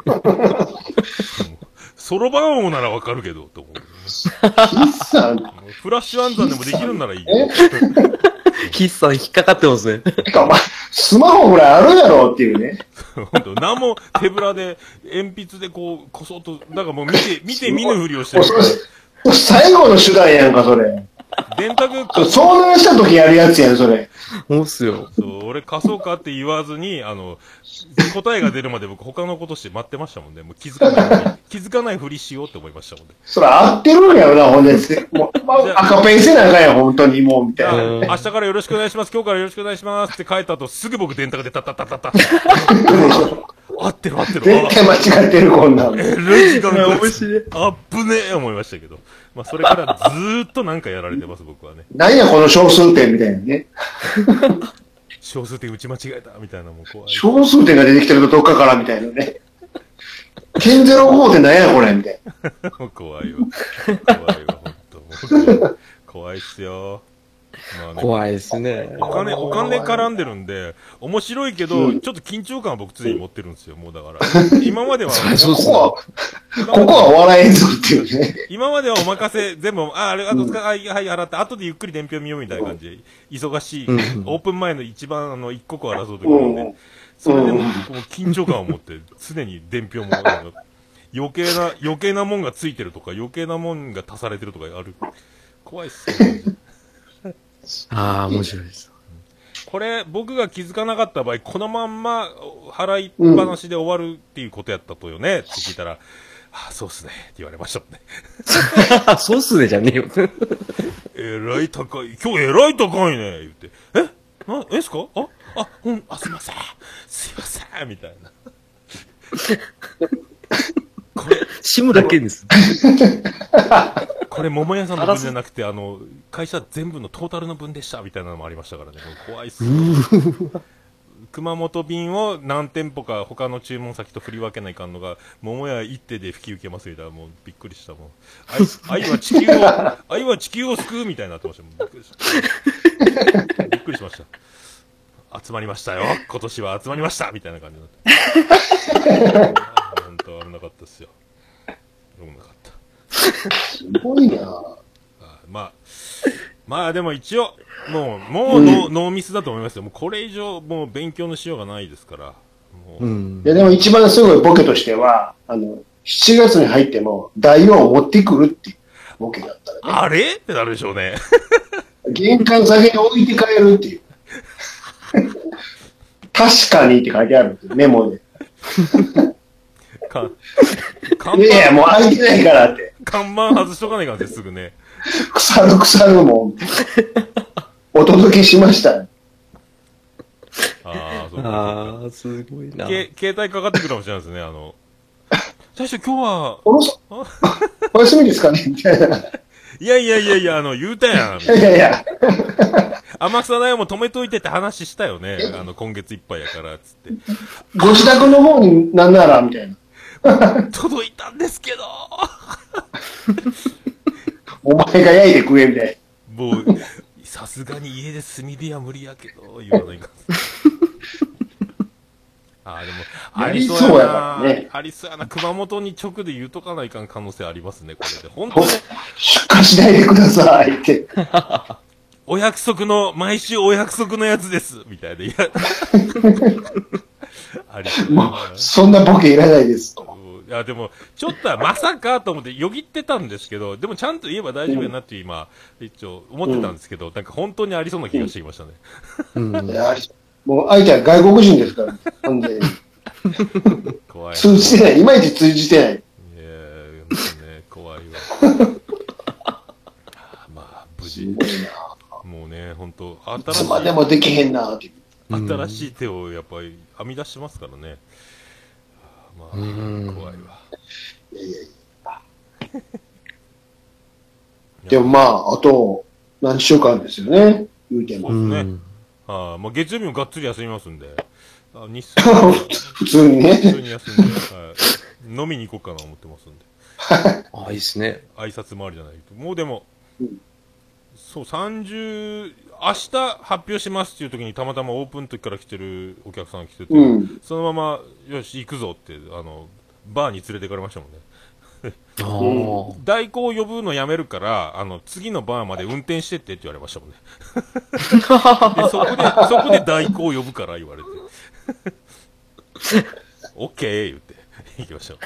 そろばん王ならわかるけど、と思う。 筆算フラッシュ暗算でもできるんならいいよ。 筆算引っかかってますね。 てかお前、スマホぐらいあるやろっていうね。 本当、何も手ぶらで、鉛筆でこう、こそっと、なんかもう見て、見て見ぬふりをしてる。 最後の手段やんか、それ。 電卓、 遭難した時やるやつやん、それ。 そうっすよ。 そう、俺貸そうかって言わずに、あの、答えが出るまで僕他のことして待ってましたもんね。もう気づかないふり、気づかないふりしようって思いましたもんね。 それ合ってるんやろな、ほんで。もう、まあ、赤ペンせなあかんやん、本当にもう、みたいな。 明日からよろしくお願いします。今日からよろしくお願いしますって書いた後、すぐ僕電卓でタッタッタッタッタッ。合ってる合ってる。 絶対間違ってる、こんなん。 えらい時間が。面白い。あっぶねえ思いましたけど。まあ、それからずーっとなんかやられてます、僕はね。 何や、この小数点みたいなね。 小数点打ち間違えたみたいなもう怖い。 小数点が出てきてるとどっかからみたいなね。 ケンゼロごって何やこれみたいな。怖いわ。怖いわ、ほんと。怖いっすよ。 まあね、怖いですね。 お金、お金絡んでるんで、面白いけど、うん、ちょっと緊張感は僕常に持ってるんですよ、もうだから。今までは、 そうここは、ここは笑えんぞっていうね。 今まではお任せ、全部、あ、あれ、あと、うん、はい、はい、洗って、後でゆっくり伝票見ようみたいな感じで、忙しい、うん、オープン前の一番、あの、一刻を争うときなんで、それでも、こう、緊張感を持って、常に伝票も、余計な、余計なもんがついてるとか、余計なもんが足されてるとかある。怖いっすね。 ああ、面白いです。 これ、僕が気づかなかった場合、このまんま払いっぱなしで終わるっていうことやったとよね、うん、って聞いたら、ああ、そうっすね、って言われましたもんね。 そうっすね、じゃねえよ。 えらい高い、今日えらい高いね、言って。えな、えっすかあ、あ、うん、あ、すいません。すいません、みたいな。これ、 志村けんです。 これ、桃屋さんの分じゃなくて、あの、会社全部のトータルの分でした、みたいなのもありましたからね。怖いっすよ。熊本便を何店舗か他の注文先と振り分けないかんのが、桃屋一手で引き受けますみたいな、もうびっくりしたもん。愛は地球を、愛は地球を救うみたいになってましたもん。びっくりした。びっくりしました。集まりましたよ。今年は集まりましたみたいな感じになって。本当危なかったっすよ。危なかった。 すごいなぁ。 まあ、まあでも一応、もう、もうノー、うん、ノーミスだと思いますよ。もうこれ以上、もう勉強のしようがないですから。もううん、いやでも一番すごいボケとしては、あの、しちがつに入っても、台を持ってくるっていうボケだったらね。 あれってなるでしょうね。 玄関先に置いて帰るっていう。確かにって書いてあるんですメモで。かいやいや、もう開いてないからって。 看板外しとかないからですぐね。 腐る腐るもん。お届けしました。 ああ、そうああ、すごいな。 け携帯かかってくるかもしれないですね、あの。最初今日は、 おろそ、お休みですかねみたいな。 いやいやいやいや、あの、言うたやん。 いやいやいや。 天草大も止めといてって話したよね。あの、今月いっぱいやから、つって。 ご自宅の方になんなら、みたいな。 届いたんですけどお前が焼いて食えみたいな。もう、さすがに家で炭火は無理やけど、言わないか。ああ、でも、ありそうやな、ね、ありそうやな。熊本に直で言うとかないかん可能性ありますね、これで。本当に。 出荷しないでくださいって。 お約束の、毎週お約束のやつです、みたいな。いやありそうもう、そんなボケいらないです。 いや、でも、ちょっとはまさかと思ってよぎってたんですけど、でもちゃんと言えば大丈夫やなって今、うん、一応思ってたんですけど、うん、なんか本当にありそうな気がしてきましたね。 うん、いやもう相手は外国人ですから、完全に。怖い。通じてない。いまいち通じてない。いやー、ね、怖いわ。まあ、無事。もうね、本当新しい。 いつまでもできへんなーって。 新しい手をやっぱり編み出しますからね。まあ、怖いわ。いやいやいや。でもまあ、あと何週間ですよね。言うても。 そうですね。ああ、まあ月曜日もがっつり休みますんで。あ日数普通にね。 普通に休んで、はい、飲みに行こうかな思ってますんで。 ああ、いいっすね。 挨拶回りじゃないと。もうでも、うん、そう、さんじゅう、明日発表しますっていう時にたまたまオープンの時から来てるお客さんが来てて、うん、そのまま、よし、行くぞって、あの、バーに連れて行かれましたもんね。代行を呼ぶのやめるから、あの、次のバーまで運転してってって言われましたもんね。でそこで、そこで代行を呼ぶから言われて。オッケー言って、行きました。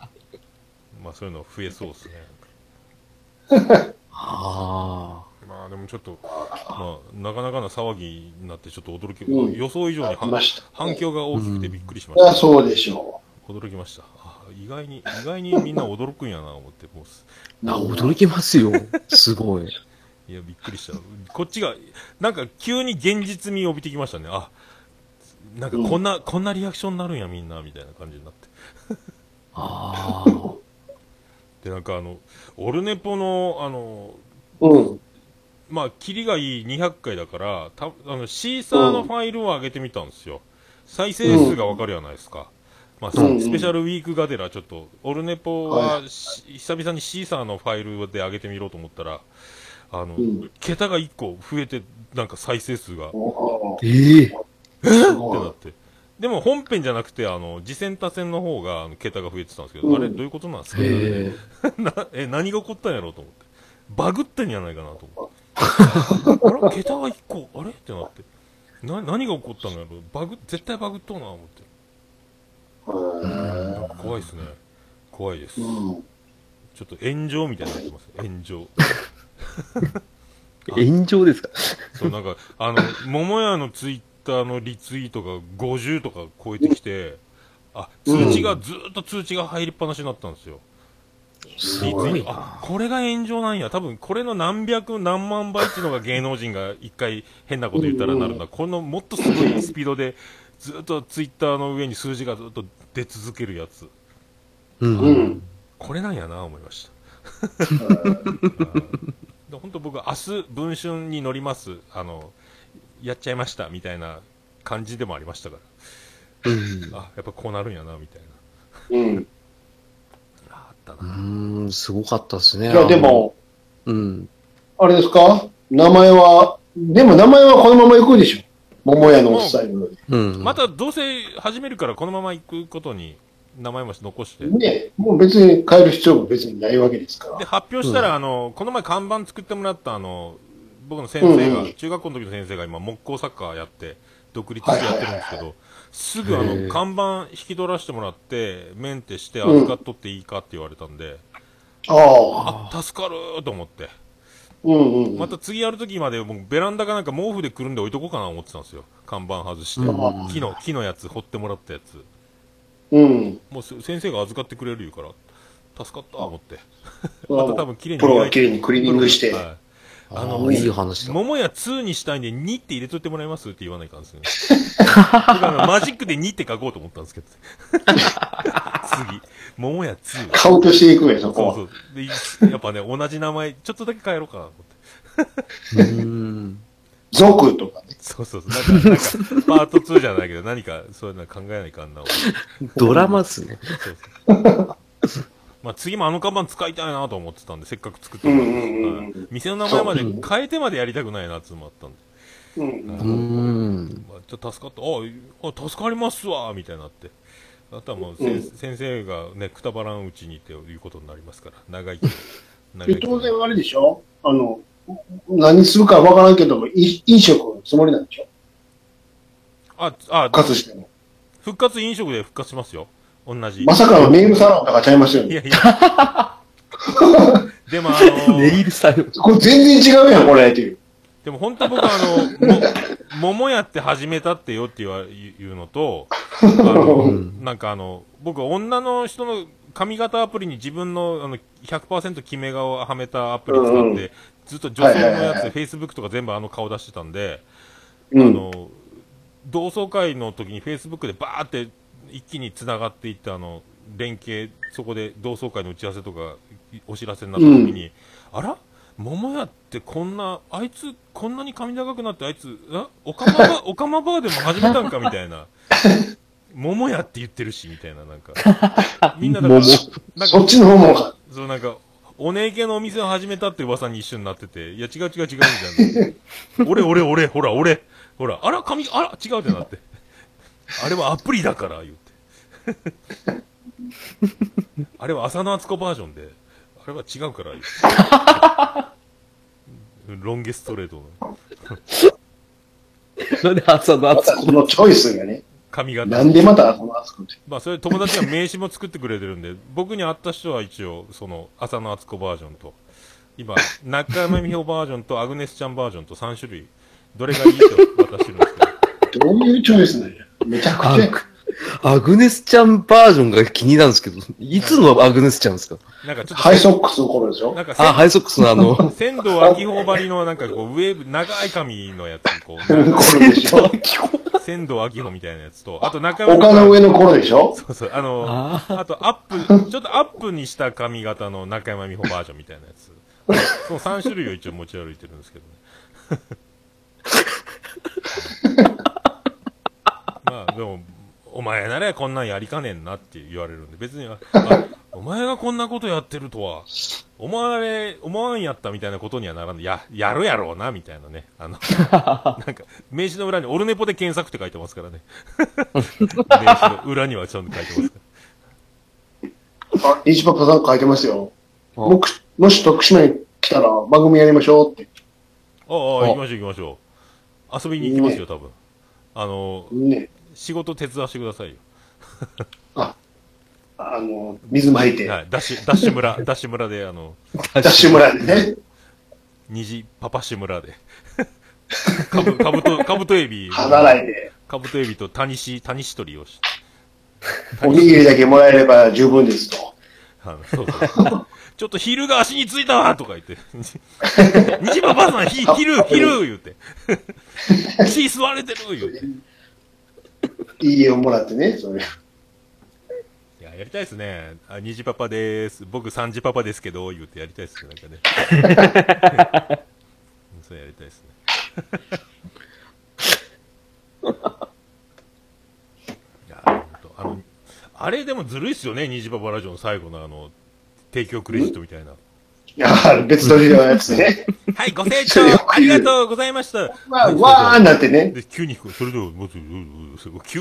まあそういうの増えそうですね。 ああ。 まあでもちょっと、まあ、なかなかな騒ぎになってちょっと驚き、うん、予想以上に反響が大きくてびっくりしました。 うん、そうでしょう。驚きました。あ、意外に、意外にみんな驚くんやな、思って、もう。 あ、驚きますよ。すごい。 いや、びっくりした。こっちが、なんか急に現実味を帯びてきましたね。あ、なんかこんな、うん、こんなリアクションになるんや、みんな、みたいな感じになって。 ああ。 で、なんかあの、オルネポの、あの、 うん。 まあ、キリがいいにひゃっかいだから、たあのシーサーのファイルを上げてみたんですよ。再生数がわかるじゃないですか。 まあ、うんうん、スペシャルウィークがてら、ちょっと、オルネポは、はい、久々にシーサーのファイルで上げてみろと思ったら、あの、うん、桁がいっこ増えて、なんか再生数が。えぇ、 えー、ってなって。でも本編じゃなくて、あの、次戦他戦の方が、あの、桁が増えてたんですけど、うん、あれ、どういうことなんですかね。なえ、何が起こったんやろうと思って。バグってんじゃないかなと思って。あれ桁がいっこ、あれってなって。な、何が起こったんだろうバグ、絶対バグっとうな、思って。なんか怖いですね。怖いです。うん、ちょっと炎上みたいになってます。炎上。 炎上ですか？ そう、なんか、あの、桃屋のツイッターのリツイートがごじゅうとか超えてきて、あ、通知が、ずーっと通知が入りっぱなしになったんですよ。リツイート。あ、これが炎上なんや。多分、これの何百何万倍っていうのが芸能人が一回変なこと言ったらなるんだ。このもっとすごいスピードで、ずっとツイッターの上に数字がずっと出続けるやつ。 うん。 これなんやな、思いました。本当僕、明日、文春に乗ります。あの、やっちゃいました、みたいな感じでもありましたから。うん。あ、やっぱこうなるんやな、みたいな。うん。あったな。 うーん、すごかったですね。 いや、でも、 うん。 あれですか名前は、でも名前はこのまま行くでしょ。桃屋のおっさんの。 うん。またどうせ始めるからこのまま行くことに名前も残して。 ね、もう別に変える必要も別にないわけですから。 で、発表したら、うん、あの、この前看板作ってもらったあの、僕の先生が、うんうん、中学校の時の先生が今木工サッカーやって、独立してやってるんですけど、すぐあの、看板引き取らせてもらって、メンテして預かっとっていいかって言われたんで、うん、ああ、助かるーと思って。うんうん、また次やるときまで僕ベランダかなんか毛布でくるんで置いとこうかな思ってたんですよ。看板外して、うん、木の木のやつ掘ってもらったやつ、うん、もう先生が預かってくれる言うから助かった思ってまた多分綺麗にプロは綺麗にクリーニングして、はい、 あのいい話だ。 桃屋ツーにしたいんでにって入れといてもらえますって言わないかんですね。僕あのマジックでにって書こうと思ったんですけど次桃屋ツーカウントしていくんやそこ。 そうそうでやっぱね同じ名前ちょっとだけ変えろうかなと思ってうーん族とかね。 そうそうそう。なんか、なんかパートツーじゃないけど、何かそういうの考えないかんな。 ドラマっすね。そうそうまあ次もあの看板使いたいなと思ってたんで、せっかく作ってもらったんです。店の名前まで変えてまでやりたくないなってのもあったんで。うん。まあ、ちょっと助かった。あ、あ、助かりますわみたいになって。あとはもう、うん、先生がね、くたばらんうちにということになりますから、長生き。 長生き当然あれでしょあの、何するかわからんけども、飲食のつもりなんでしょあ、あ、 復活しても。 復活飲食で復活しますよ。同じ。 まさかのネイルサロンとかちゃいますよね。いやいや。 でもあのー、 ネイルサロン。 これ全然違うやん、これ、っていう。 でも本当僕あの、も、桃屋って始めたってよって言わ、言うのと、あの、なんかあの、僕女の人の髪型アプリに自分のあの ひゃくパーセント 決め顔をはめたアプリ使って、うん、ずっと女性のやつ、Facebook とか全部あの顔出してたんで、うん、あの、同窓会の時に Facebook でバーって一気に繋がっていったあの、連携、そこで同窓会の打ち合わせとかお知らせになった時に、うん、あら桃屋ってこんな、あいつこんなに髪長くなってあいつ、あおかまば、おかまばーでも始めたんかみたいな。桃屋って言ってるし、みたいな、なんか。みんなだから、 なんかそっちの方もか。 そう、なんか、お姉系のお店を始めたって噂に一緒になってて、いや、違う違う違うみたいな。俺、俺、俺、ほら、俺、ほら、あら、髪、あら、違うってなって。あれはアプリだから、言って。あれは浅野敦子バージョンで、あれは違うから、言って。ロンゲストレートの。 なんで浅野敦子のチョイスがね。 髪型。 なんでまた浅野敦子って。 まあ、それ友達が名刺も作ってくれてるんで、僕に会った人は一応、その、浅野敦子バージョンと、今、中山美穂バージョンとアグネスちゃんバージョンとさん種類、どれがいいと渡してるんですけど。どういうチョイスなんや。めちゃくちゃ。 アグネスちゃんバージョンが気になるんですけど、いつのアグネスちゃんですか？ なんかちょっとハイソックスの頃でしょ？ なんかあ、ハイソックスのあの。 仙道秋穂張りのなんかこう、ウェーブ、長い髪のやつ、こう。仙道秋穂みたいなやつと、あと中山。 丘の上の頃でしょ？ そうそう、あの、あ, あとアップ、ちょっとアップにした髪型の中山美穂バージョンみたいなやつ。そのさん種類を一応持ち歩いてるんですけどね。まあでも、 お前ならこんなんやりかねんなって言われるんで、別に、あお前がこんなことやってるとは、お前、思わんやったみたいなことにはならん。や、やるやろうな、みたいなね。あの、なんか、名刺の裏に、オルネポで検索って書いてますからね。名刺の裏にはちゃんと書いてますから。 あ、西パパさん書いてますよ。ももし徳島に来たら番組やりましょうって。 ああ、行きましょう行きましょう。遊びに行きますよ、多分。あの、 ね、 仕事手伝わしてくださいよ。 あ、あの、水巻いて。 はい、ダッシュ、ダッシュ村、ダッシュ村で、あの、 ダッシュ村でね。 虹パパシ村で。かぶ、かぶと、かぶとエビ。 働いて。 かぶとエビとタニシ、タニシ取りをし。 おにぎりだけもらえれば十分ですと。 あのそうそうちょっと昼が足についたわとか言って。虹パパさん、ひ、昼、昼言うて。血吸われてる言うて。 いい家をもらってね、それ。 いや、やりたいですね。あ、虹パパでーす。僕三時パパですけど、言うてやりたいですね、なんかね。そうやりたいですね。いや、ほんと、あの、あれでもずるいっすよね、虹パパラジオの最後のあの、提供クレジットみたいな。 いや、別撮りのやつね。 はい、ご清聴ありがとうございました。 まあ、わーんなってね。 で、急に、それでも、もつ、急に、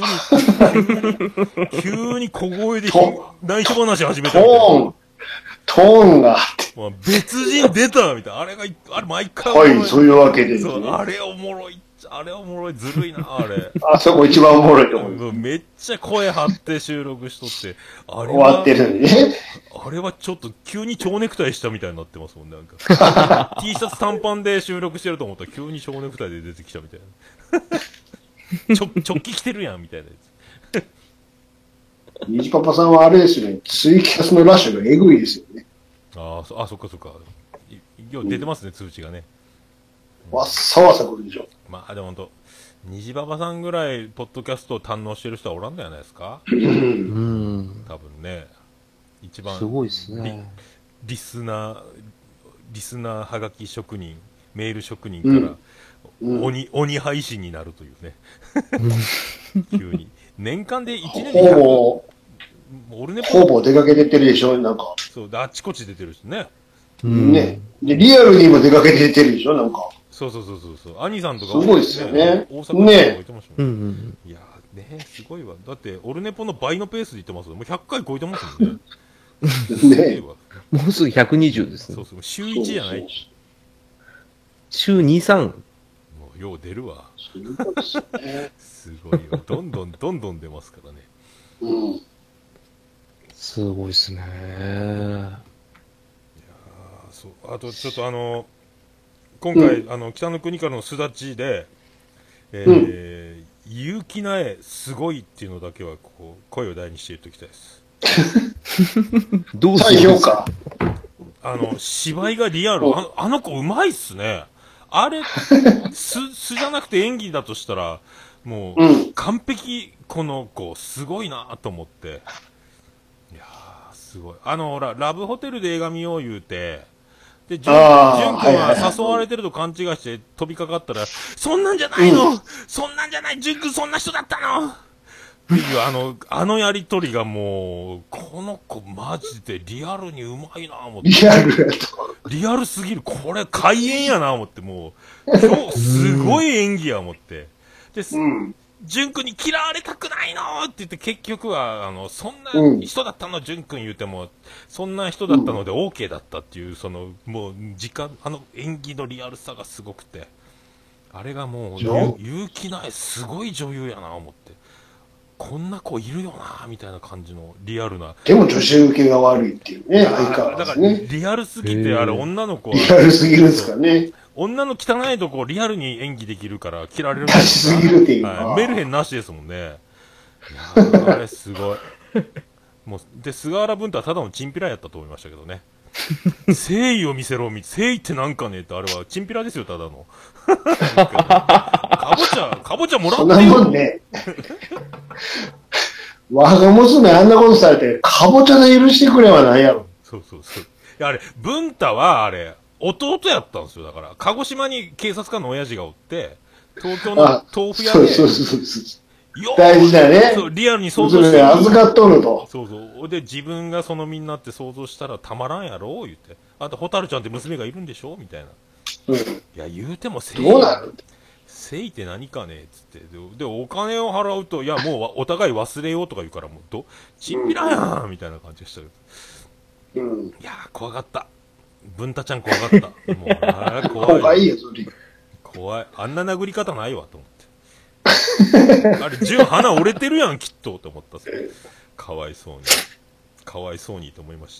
急に小声で内緒話始めたみたいな。 トーン、トーンがあって。 まあ、別人出たみたいな。あれが、あれ毎回はい、そういうわけで、ね。 そう、あれおもろい。あれおもろい。ずるいな、あれ。 あそこ一番おもろいと思う。 めっちゃ声張って収録しとって。あれ終わってるんでね。 あれはちょっと急に蝶ネクタイしたみたいになってますもんね、なんか。T シャツ短パンで収録してると思ったら急に蝶ネクタイで出てきたみたいな。ちょ、直帰着てるやん、みたいなやつ。虹パパさんはあれですよね。ツイキャスのラッシュがえぐいですよね。 ああ、そ、あ、そっかそっか。よう出てますね、うん、通知がね。 わっさわさくるでしょ。 まあ、でもほんと、虹パパさんぐらい、ポッドキャストを堪能してる人はおらんのじゃないですか。 うん。 多分ね。一番すごいですねリ。リスナー、リスナーはがき職人、メール職人から、うん、鬼、鬼配信になるというね。急に。年間でいちねんでひゃく、 ほぼ、俺ね、ほぼ出かけてってるでしょ、なんか。 そう、あっちこっち出てるしね。 うん、ね。で、リアルにも出かけてってるでしょ、なんか。 そうそうそうそうそう。兄さんとか、 すごいですよね。 大阪とかもいてましたもんね。 ねいやー、ねすごいわ。だって、オルネポの倍のペースで言ってますよ。もうひゃっかい超えてますもんね。 ねもうすぐひゃくにじゅうですね。 そうそう。週いちじゃない。 週に、さん。もう、よう出るわ。すごいよ。どんどん、どんどん出ますからね。 うん。 すごいですね。いやー、そう。あと、ちょっとあの、今回、うん、あの、北の国からの巣立ちで、えー、うん、結城苗すごいっていうのだけは、こう、声を大にして言っておきたいです。 どう再評価あの、芝居がリアル。あの、あの子うまいっすね。あれ、素、素じゃなくて演技だとしたら、もう、うん、完璧、この子、すごいなと思って。いやー、すごい。あの、ほら、ラブホテルで映画見よう言うて、で、ジュン、ジュン君は誘われてると勘違いして飛びかかったら、そんなんじゃないの、うん、そんなんじゃないジュン君そんな人だったのっていう、あの、あのやりとりがもう、この子マジでリアルにうまいな思って。 リアルやと。 リアルすぎる。これ、開演やな思って、もう、今日、すごい演技や思って。で、うん、ジュン君に嫌われたくないのって言って、結局は、あの、そんな人だったの、ジュン君言うても、そんな人だったので OK だったっていう、その、もう、時間、あの演技のリアルさがすごくて、あれがもう、勇気ない、すごい女優やな思って。こんな子いるよなみたいな感じのリアルな。 でも女子受けが悪いっていうね、相変わらずね。 だからリアルすぎて、あれ女の子は。 リアルすぎるんですかね。 女の汚いとこリアルに演技できるから嫌われるん出しすぎるっていう、 はい。メルヘンなしですもんね。いやあれすごい。もう、で、菅原文太はただのチンピラやったと思いましたけどね。誠意を見せろ、誠意ってなんかねって、あれはチンピラですよ、ただの。かぼちゃ、かぼちゃもらってよ。 そんなもんね。我が娘あんなことされて、かぼちゃで許してくれはないやろ。 そうそうそう。いや、あれ、文太は、あれ、弟やったんですよ。だから、鹿児島に警察官の親父がおって、東京の豆腐屋で、 大事だね。 そう、リアルに想像して。 娘預かっとると。 そうそう。で、自分がその身になって想像したらたまらんやろ言って。あと、ホタルちゃんって娘がいるんでしょみたいな。うん。いや、言うてもせい。 どうなるせいって何かねつって。で、お金を払うと、いや、もうお互い忘れようとか言うから、もう、ど、チンピラやん、うん、みたいな感じでしたけど。うん。いやー、怖かった。文太ちゃん怖かった。もう、あー怖い。 怖いよ、それ。 怖い。あんな殴り方ないわ、と思って。あれ、銃鼻折れてるやん、きっと、と思ったさ。かわいそうに。かわいそうにと思いました。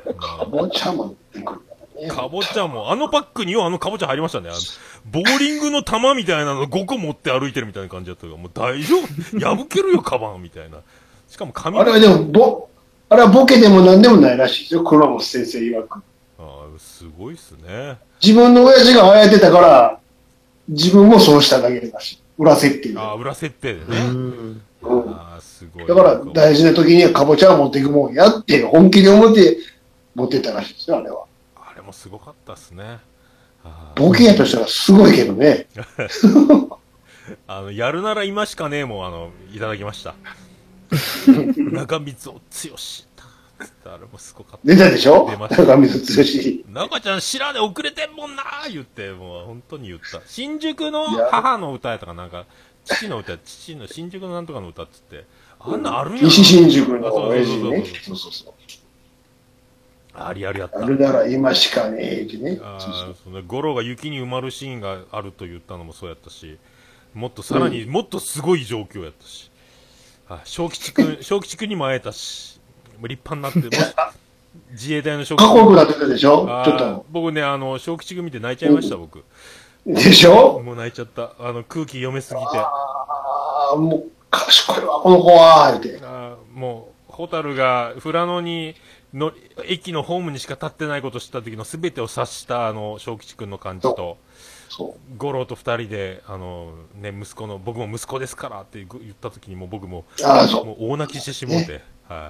かぼちゃも、 かぼちゃも、あのパックによ、あのかぼちゃ入りましたね。あのボーリングの球みたいなのごこ持って歩いてるみたいな感じだったから、もう大丈夫破けるよ、カバンみたいな。しかも紙あれはでも、ぼ、あれはボケでも何でもないらしいですよ、倉本先生曰く。 ああ、すごいっすね。 自分の親父がああやってたから、自分もそうしただけだし。裏設定で。 ああ、裏設定でね。うん。 ああ、すごい。だから大事な時にはかぼちゃを持っていくもんやって、本気で思って持ってったらしいですよ、あれは。 あれもすごかったっすね。 ボケやとしたらすごいけどね。 あの、やるなら今しかねえもん、あの、いただきました。中光を強し。あれもすごかった。 出たでしょ出ました。中光強し。 中ちゃん知らねえ遅れてんもんなー言って、もう本当に言った。新宿の母の歌やとかなんか、父の歌、父の新宿のなんとかの歌っつって、あんなあるんやな。 西新宿の親父ね。そうそうそう。 ありありやった。 あるなら今しかねえってね。 ああ、その五郎が雪に埋まるシーンがあると言ったのもそうやったし、もっとさらに、うん、もっとすごい状況やったし、あ、小吉くん、小吉くんにも会えたし、立派になって、自衛隊の小吉くん。かっこよくなってたでしょちょっと。 僕ね、あの、小吉くん見て泣いちゃいました、うん、僕。 でしょもう泣いちゃった。あの、空気読めすぎて。 ああ、もう、賢いわ、この子は、って。 あもう、ホタルが、富良野に、の、駅のホームにしか立ってないことを知った時の全てを察した、あの、小吉くんの感じと、五郎と二人で、あの、ね、息子の、僕も息子ですからって言った時にもう僕も、もう大泣きしてしもうて、はい。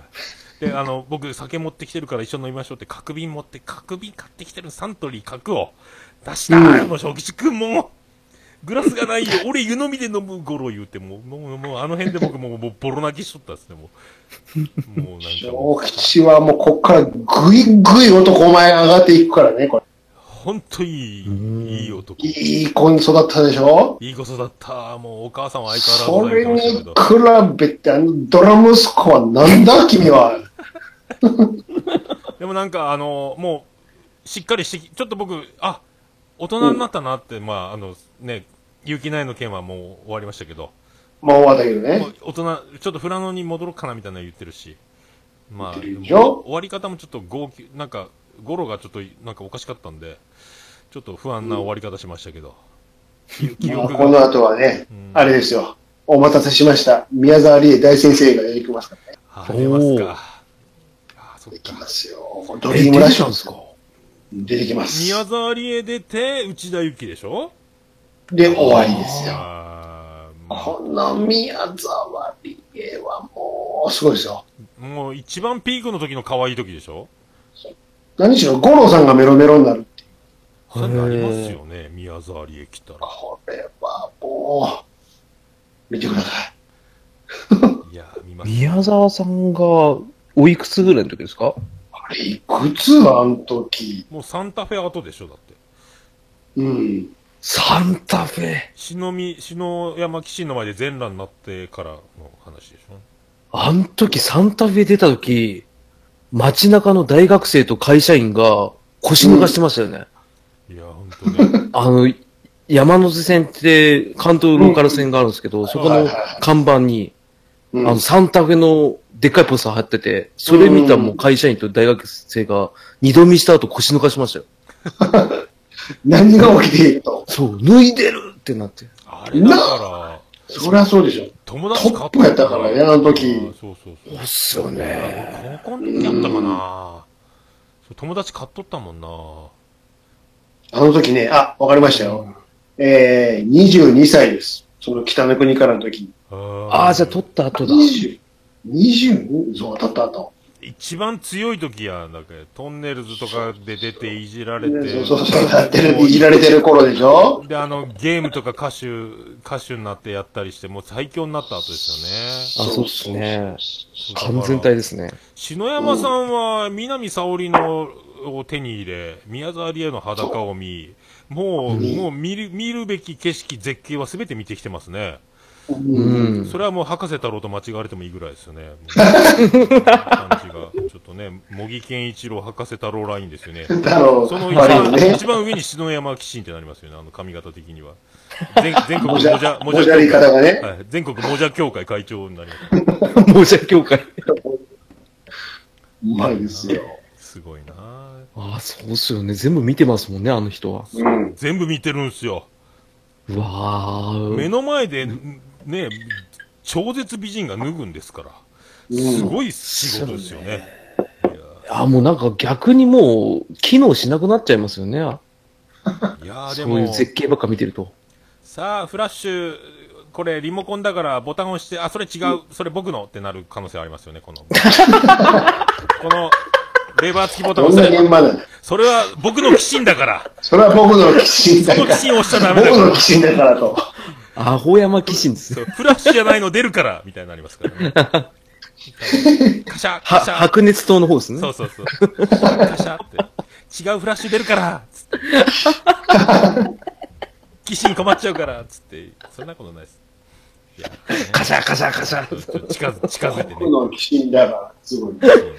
で、あの、僕酒持ってきてるから一緒に飲みましょうって、角瓶持って、角瓶買ってきてるサントリー角を出したー、うん、もう小吉くんもグラスがないよ、俺湯飲みで飲む五郎言うて、もう、もう、もうあの辺で僕ももうボロ泣きしとったですね、もう。もうなんか。 小吉はもうこっからぐいぐい男前上がっていくからね、これ。 ほんといい、いい男。 いい子に育ったでしょいい子育った。もうお母さんは相変わらず。 それに比べて、あのドラ息子はなんだ君は。 でもなんかあの、もう、しっかりしてき、ちょっと僕、あ、大人になったなって、うん、まああの、ね、結城内の件はもう終わりましたけど。 もう終わったけどね。 大人、ちょっと富良野に戻ろうかなみたいなの言ってるし。まあ、終わり方もちょっと号泣、なんか、ゴロがちょっとなんかおかしかったんで、ちょっと不安な終わり方しましたけど。 うん、記憶がこの後はね、うん、あれですよ。お待たせしました。宮沢りえ大先生が出てきますからね。 あ、出ますか。 あ、そっか。出てきますよ。ドリームラッシュですか。出てきます。 宮沢りえ出て、内田有紀でしょで、終わりですよ。この宮沢りえはもう、すごいですよ。 もう一番ピークの時の可愛い時でしょ何しろ、五郎さんがメロメロになるっていう。 そうなりますよね、宮沢りえ来たら。 これはもう、見てください。いや、見ます。宮沢さんが、おいくつぐらいの時ですか？ あれ、いくつあの時。 もうサンタフェ後でしょ、だって。 うん。 サンタフェ篠み、篠山騎士の前で全裸になってからの話でしょ。 あの時サンタフェ出た時、街中の大学生と会社員が腰抜かしてましたよね。 うん、いや、本当に。 あの、山手線って関東ローカル線があるんですけど、うん、そこの看板に、うん、あの、サンタフェのでっかいポスター貼ってて、それ見たもう会社員と大学生が二度見した後腰抜かしましたよ。 何が起きていると。 そう、脱いでるってなって。 あれだから、 そりゃそうでしょ。 友達トップやったからね、あの時。 そうそうそう。 そうっすよね。 高校の時やったかな。友達買っとったもんな。 あの時ね、あ、わかりましたよ。えー、にじゅうにさいです。その北の国からの時。 ああ、じゃあ取った後だ。 にじゅう、にじゅうに? そう、取った後。 一番強い時や、だけトンネルズとかで出ていじられて。 そうそうそう、テレビいじられてる頃でしょ。 で、あの、ゲームとか歌手、歌手になってやったりして、もう最強になった後ですよね。あ、そうですね。完全体ですね。 篠山さんは、南沙織のを手に入れ、宮沢りえの裸を見、もう、もう見る、見るべき景色、絶景は全て見てきてますね。うん、それはもう博士太郎と間違われてもいいぐらいですよね。感じがちょっとね、茂木健一郎博士太郎ラインですよね。その一番、ね、一番上に篠山紀信ってなりますよね、あの髪型的には。全全国もじゃ、 もじゃり方がね、 はい。全国もじゃ協会会長になります。 もじゃ協会。 うまいですよ。 すごいなああ、そうっすよね。全部見てますもんね、あの人は。 うん、全部見てるんすよ。 うわー。 目の前で、ね、超絶美人が脱ぐんですから、すごい仕事ですよね。 うん、いや、もうなんか逆にもう、機能しなくなっちゃいますよね。いやでも、そういう絶景ばっか見てると。 さあ、フラッシュ、これリモコンだからボタンを押して、あ、それ違う、それ僕のってなる可能性ありますよね、この。この、レバー付きボタンを押せば。それは僕の寄進だから。 それは僕の寄進だから。 その寄進を押しちゃダメだから。 僕の寄進だからと。 アホ山寄進ですよ。 フラッシュじゃないの出るから、みたいになりますからね。カシャ、カシャ。 白熱灯の方ですね。 そうそうそう。カシャって。違うフラッシュ出るからつって。寄進困っちゃうからつって。そんなことないです。 いや、カシャカシャカシャ。 近づ、近づいてね。 僕の寄進だから、すごい。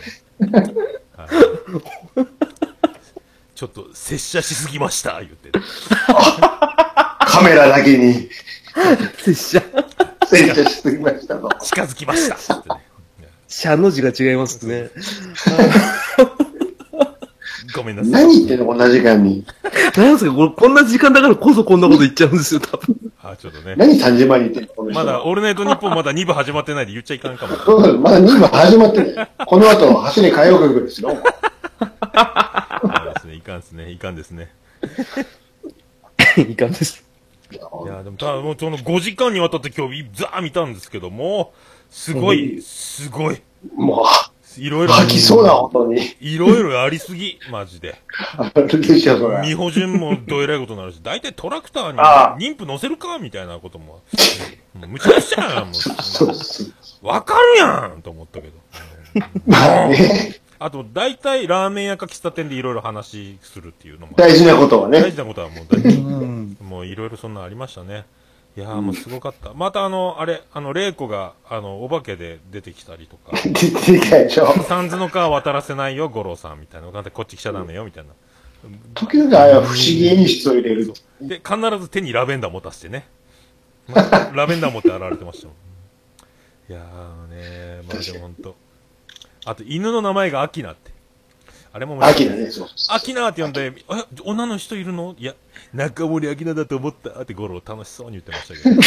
ちょっと拙者しすぎました言ってカメラだけに拙者拙者しすぎましたと近づきましたってね。 社の字が違いますね。 ごめんなさい。 何言ってんのこんな時間に。 何ですかこれこんな時間だからこそこんなこと言っちゃうんですよ多分。 あちょっとね。 何さんじまで言ってんのまだオールナイトニッポンまだに部始まってないで言っちゃいかんかも。 そうまだに部始まってない。この後走り歌謡曲ですよ。 いかんですね、いかんですね。 いかんです。 いや、でも、ただ、もうそのごじかんにわたって今日、ザー見たんですけども、すごい、すごい。 もう、 いろいろ。 吐きそうだ、本当に。 いろいろありすぎ、マジで。 あるでしょ、それ。 美穂順もどえらいことになるし、大体トラクターに妊婦乗せるかみたいなことも。もうむちゃくちゃやん、もう。わかるやんと思ったけど。 まあね。 あと、大体、ラーメン屋か喫茶店でいろいろ話するっていうのも。 大事なことはね。 大事なことはもう大事。もういろいろそんなありましたね。いやーもうすごかった。またあの、あれ、あの、玲子が、あの、お化けで出てきたりとか。 出てきたでしょ。 三途の川渡らせないよ、五郎さんみたいな。こっち来ちゃダメよ、みたいな。 時々あれは不思議演出を入れる。 で、必ず手にラベンダー持たせてね。まあ、ラベンダー持って現れてましたもん。いやーねー、まあでもほんと。あと、犬の名前がアキナって。あれもアキナね、そう。 アキナって呼んで、え、女の人いるのいや、中森アキナだと思ったってゴロ楽しそうに言ってましたけ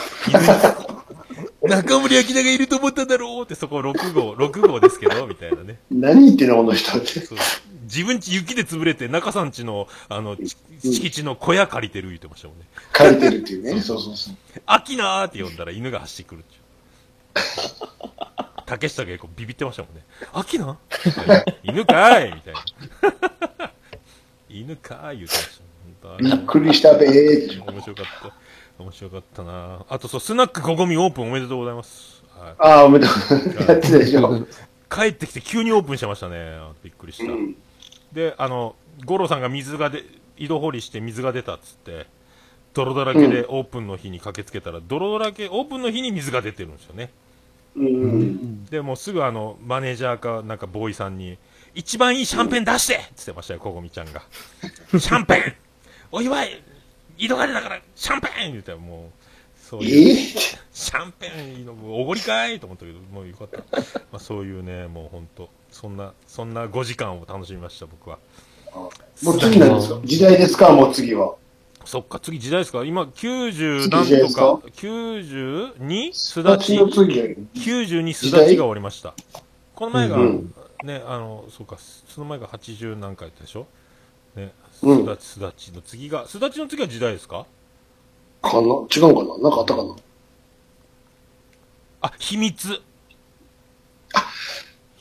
ど。中森アキナがいると思っただろうってそころく号、ろく号ですけど、みたいなね。 何言ってんの、この人って。 自分家雪で潰れて、中さん家の、あの、敷地の小屋借りてる言ってましたもんね。 借りてるっていうね。そうそうそう。 アキナーって呼んだら犬が走ってくるっていう。竹下が結構ビビってましたもんね。アキナ犬かーいみたいな。犬かーい言ってました。 びっくりしたべー。 面白かった。面白かったなあとそう、スナックこごみオープンおめでとうございます。 はい、ああ、おめでとうございます。やってたでしょ。 帰ってきて急にオープンしてましたね。びっくりした。うん、で、あの、五郎さんが水がで、井戸掘りして水が出たっつって、泥だらけでオープンの日に駆けつけたら、うん、泥だらけ、オープンの日に水が出てるんですよね。うん、でもうすぐあのマネージャーかなんかボーイさんに一番いいシャンペン出してっつってましたよ、こごみちゃんが。シャンペンお祝い井戸が出だからシャンペン言ってもうそういう、えー、シャンペンのおごりかいと思ったけどもうよかった、まあ、そういうねもう本当そんなそんなごじかんを楽しみました僕は。 もう次なんですか時代ですかもう次は。 そっか、次時代ですか今、きゅうじゅうなんとか、きゅうじゅうに? すだち、きゅうじゅうにすだちが終わりました。この前が、うん、ね、あの、そうか、その前がはちじゅう何回やったでしょね、すだち、すだちの次が、すだちの次は時代ですかかな違うかななんかあったかなあ、秘密。 あ、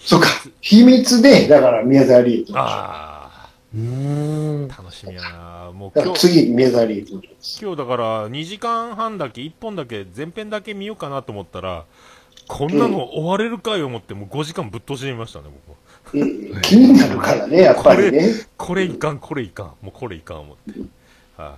そうか。秘密で、だから宮沢りえと。 ああ。 うーん。 楽しみやな。もうだか今日、 ら次、宮沢りえと。 今日だからにじかんはんだけ、いっぽんだけ、前編だけ見ようかなと思ったら、こんなの終われるかい思って、もうごじかんぶっ通しで見ましたね、僕も。 え気になるからね、やっぱりね。 これいかん、これいかん、もうこれいかん思って。はい、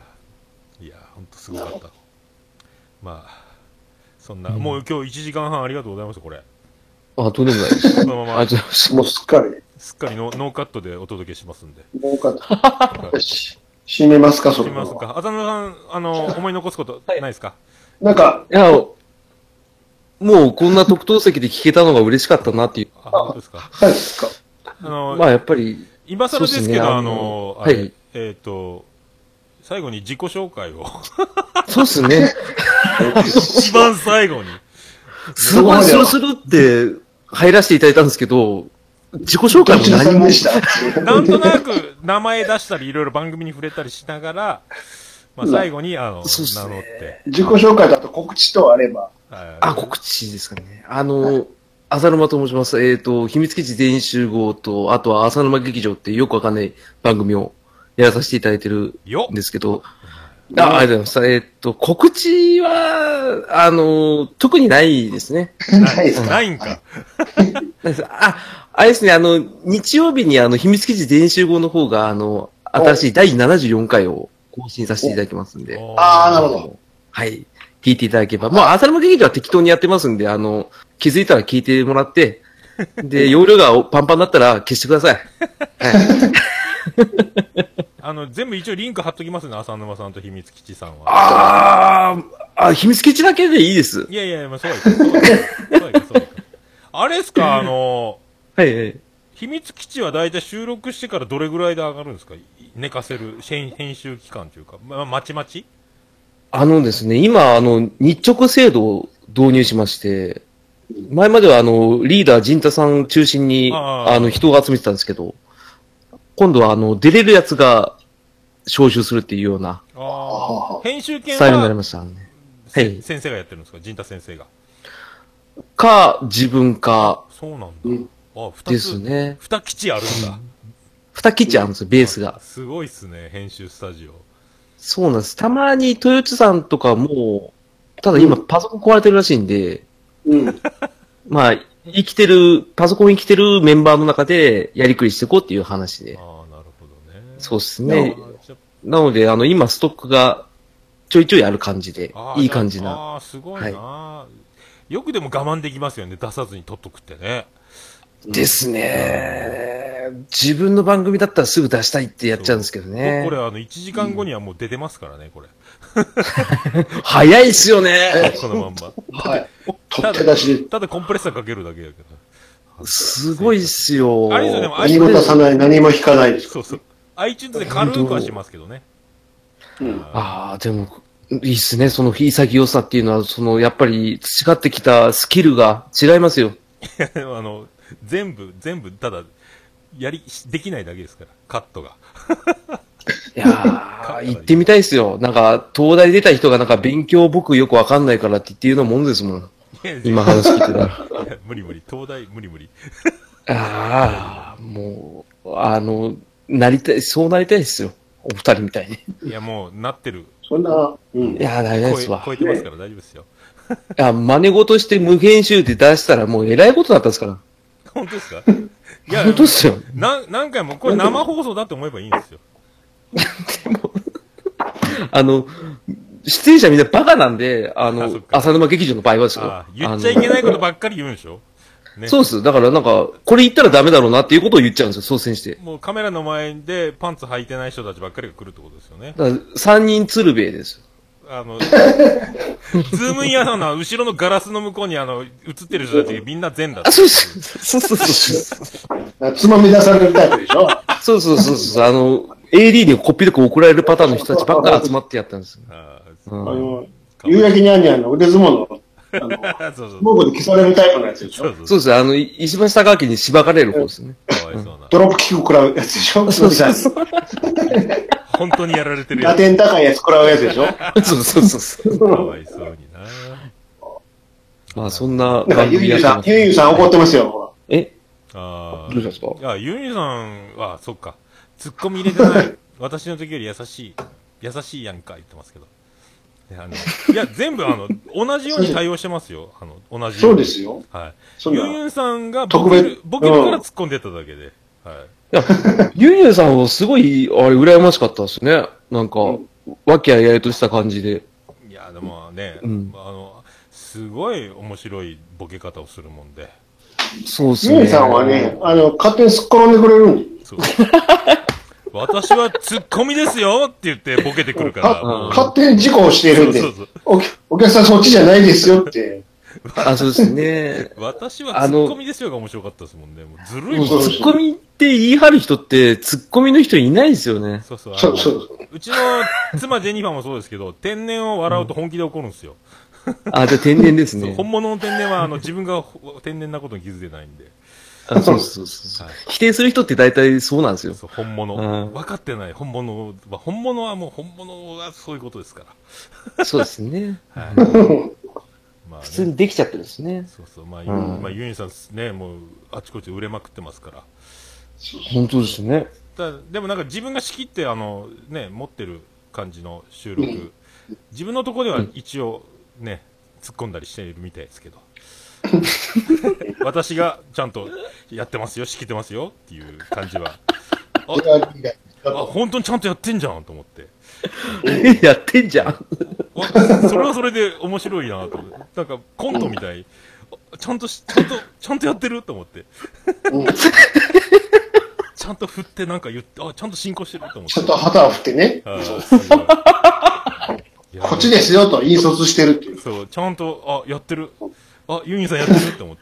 いや、ほんとすごかった。まあ、そんな、うん、もう今日いちじかんはんありがとうございました、これ。 あ、とんでもないです。 そのまま、 もうすっかり。 すっかりノーカットでお届けしますんで。 ノーカット。よし。締めますか、それ。 締めますか。浅野さん、あの、思い残すことないですか？ なんか、 いや、もうこんな特等席で聞けたのが嬉しかったなっていう。 あ、本当ですか。 はいですか。 あの、 まあやっぱり、 今更ですけど、ね、あの、 はい。 えっ、ー、と、最後に自己紹介を。 そうっすね。 一番最後に。 すごいスルスルって入らせていただいたんですけど、自己紹介も何も。 なんとなく名前出したり、いろいろ番組に触れたりしながら、まあ最後に、あの、名乗って。 自己紹介だと告知とあれば。 あ、告知ですかね。あの、浅沼と申します。えっと、秘密基地全員集合と、あとは浅沼劇場ってよくわかんない番組をやらさせていただいてるんですけど、あ、ありがとうございます。えっと、告知は、あの、特にないですね。 ないですか？ ないんか。 あ、あれですね、あの、日曜日にあの、秘密基地全員集合の方が、あの、新しいだいななじゅうよんかいを更新させていただきますんで。 ああ、なるほど。 はい。聞いていただければ。まあ、浅沼劇場は適当にやってますんで、あの、気づいたら聞いてもらって、で、容量がパンパンになったら消してください。はい。 あの、全部一応リンク貼っときますね、浅沼さんと秘密基地さんは。 あー、あ、秘密基地だけでいいです。 いやいや、まあ、そうやか、そうやか、そうやか、そうやか。あれっすか、あの、 はいはい。 秘密基地はだいたい収録してからどれぐらいで上がるんですか？寝かせる、編集期間というか、まあ、まちまちあのですね、今、あの、日直制度を導入しまして、前まではあの、リーダー、陣太さん中心に、ああの、人を集めてたんですけど、今度はあの、出れるやつが招集するっていうような、 あ編集権は、 スタイルになりましたね。 はい。先生がやってるんですか？陣太先生が。 か、自分か。 そうなんだ。うん、あ、二つ。ですね。 二基地あるんだ。 二基地あるんですよ、ベースが。 すごいっすね、編集スタジオ。 そうなんです。たまに、豊地さんとかも、ただ今、パソコン壊れてるらしいんで、うん。まあ、生きてる、パソコン生きてるメンバーの中で、やりくりしていこうっていう話で。 ああ、なるほどね。 そうですね。なので、あの、今、ストックが、ちょいちょいある感じで、いい感じな。 ああ、すごいな、はい。よくでも我慢できますよね、出さずに取っとくってね。 ですね。自分の番組だったらすぐ出したいってやっちゃうんですけどね。 これあのいちじかんごにはもう出てますからね、これ。 早いっすよね。 このまんま。 はい。取って出しで。 ただコンプレッサーかけるだけやけど。 すごいっすよ。 あれですよね、 何も出さない、何も引かないです。 そうそう。iTunes で軽くはしますけどね。 うん、ああ、でも、いいっすね。その潔さっていうのは、その、やっぱり培ってきたスキルが違いますよ。 あの、全部、全部、ただ、やり、できないだけですから、カットが。 いやー、行ってみたいですよ。なんか、東大出た人がなんか勉強僕よくわかんないからって言っていうようなもんですもん。今話聞いてたら。 無理無理、東大無理無理。 ああ、もう、あの、なりたい、そうなりたいですよ。お二人みたいに。 いや、もう、なってる。 そんな、 うん。いや、大丈夫ですわ。 超えてますから大丈夫ですよ。 いや、真似事して無編集で出したらもう偉いことだったんですから。 本当ですか？いや、本当ですよ。 な、何回も、これ生放送だって思えばいいんですよ。 でも、あの、出演者みんなバカなんで、あの、浅沼劇場の場合はですよ。 言っちゃいけないことばっかり言うんでしょ？ ね、そうです。だからなんか、これ言ったらダメだろうなっていうことを言っちゃうんですよ、率先して。 もうカメラの前でパンツ履いてない人たちばっかりが来るってことですよね。 だから三人鶴瓶ですよ。 あの、ズームインやのな、後ろのガラスの向こうにあの、映ってる人たちがみんな全だって。 あ、そうそうそうそう。 つまみ出されるタイプでしょ？ そうそうそうそう。あの、エーディー にコピーで送られるパターンの人たちばっかり集まってやったんですよ。ああの、夕焼けにゃんにゃんの腕相撲の、あの、そうそう。モーグで消されるタイプのやつでしょ？ そうです。あの、石橋貴明にしばかれる方ですね。 かわいそうな。 ドロップキック食らうやつでしょ？そうそうそう。 本当にやられてるやつ。 打点高いやつ食らうやつでしょ？ そうそうそう。 かわいそうにな。 まあそんな。 なんか、ゆいゆさん、ゆいゆさん怒ってますよ。 えああ。 どうしたんですか？ いや、ユニさんは、そっか。ツッコミ入れてない。私の時より優しい。優しいやんか、言ってますけど。いや、あのいや全部、あの、同じように対応してますよ。あの、同じように。 そうですよ。 はい。 そんなユンユンさんがボケる、ボケるから突っ込んでただけで。はい。 いや、ユンユンさんはすごい、あれ、羨ましかったですね。なんか、和気あいあいとした感じで。 いや、でもね、 うんあの、すごい面白いボケ方をするもんで。 そうですね。 ユンさんはね、あの、勝手に突っ込んでくれるんで。 そう。私はツッコミですよって言ってボケてくるから。もう勝手に事故をしているんでそうそうそうお、お客さんそっちじゃないですよって。 あ、そうですね。 私はツッコミですよが面白かったですもんね。もうずるいもん。 そうツッコミって言い張る人って、ツッコミの人いないですよね。 そうそう。あのそうそう。 うちの妻ジェニファーもそうですけど、天然を笑うと本気で怒るんですよ。 あ、じゃあ天然ですそうね。 本物の天然はあの自分が天然なことに気づいてないんで。 あ、そうそうそう、 はい否定する人って大体そうなんですよ。 そう本物、 うん分かってない本物は、本物はもう本物はそういうことですから。 そうですね。 はい。まあ、ね、 普通にできちゃってるんですね。 そうそう。まあ、 うんまあ、ユニさんね、もうあちこち売れまくってますから。 本当ですね。 だでもなんか自分が仕切ってあのね持ってる感じの収録、うん、自分のところでは一応ね突っ込んだりしているみたいですけど私がちゃんとやってますよ仕切ってますよっていう感じはああ本当にちゃんとやってんじゃんと思ってやってんじゃんそれはそれで面白いなと思ってなんかコントみたいちゃんとちゃんとちゃんとやってると思ってちゃんと振ってなんか言って、あ、ちゃんと進行してると思って。 ちゃんと旗を振ってね。こっちですよと引率してるっていう。 そう、ちゃんと、あ、やってる。あ、ユンユンさんやってるって思って。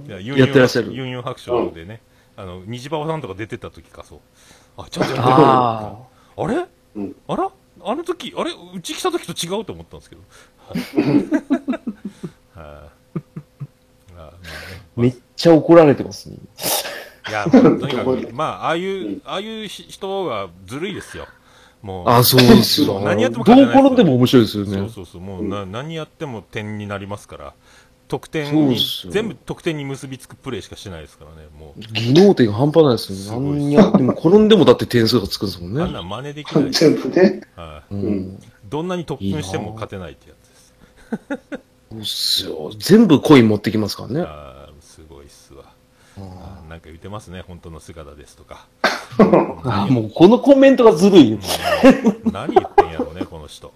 いやユンユンやってらっしゃる。 ユンユン白書でね、うん、あの、虹パパさんとか出てた時か、そう。あ、ちゃんとやってる。 あ, あれ、うん、あらあの時、あれうち来た時と違うと思ったんですけど。はあ、 めっちゃ怒られてますね。 いや、とにかく、まあ、ああいう、ああいう人がずるいですよ。もう。 あ、そうですよ。 何やっても勝てない。 どう転んでも面白いですよね。 そうそうそう。もうな、何やっても点になりますから。得点に、全部得点に結びつくプレーしかしないですからね、もう。 技能点が半端ないですよね。何やっても、転んでもだって点数がつくんですもんね。 あんな真似できない。 全部ね。 はい、うん。どんなに特訓しても勝てないってやつです。 そうっすよ。全部コイン持ってきますからね。 あすごいっすわ。あなんか言ってますね、本当の姿ですとか。 あもうこのコメントがずるいよ。 何言ってんやろうね、この人。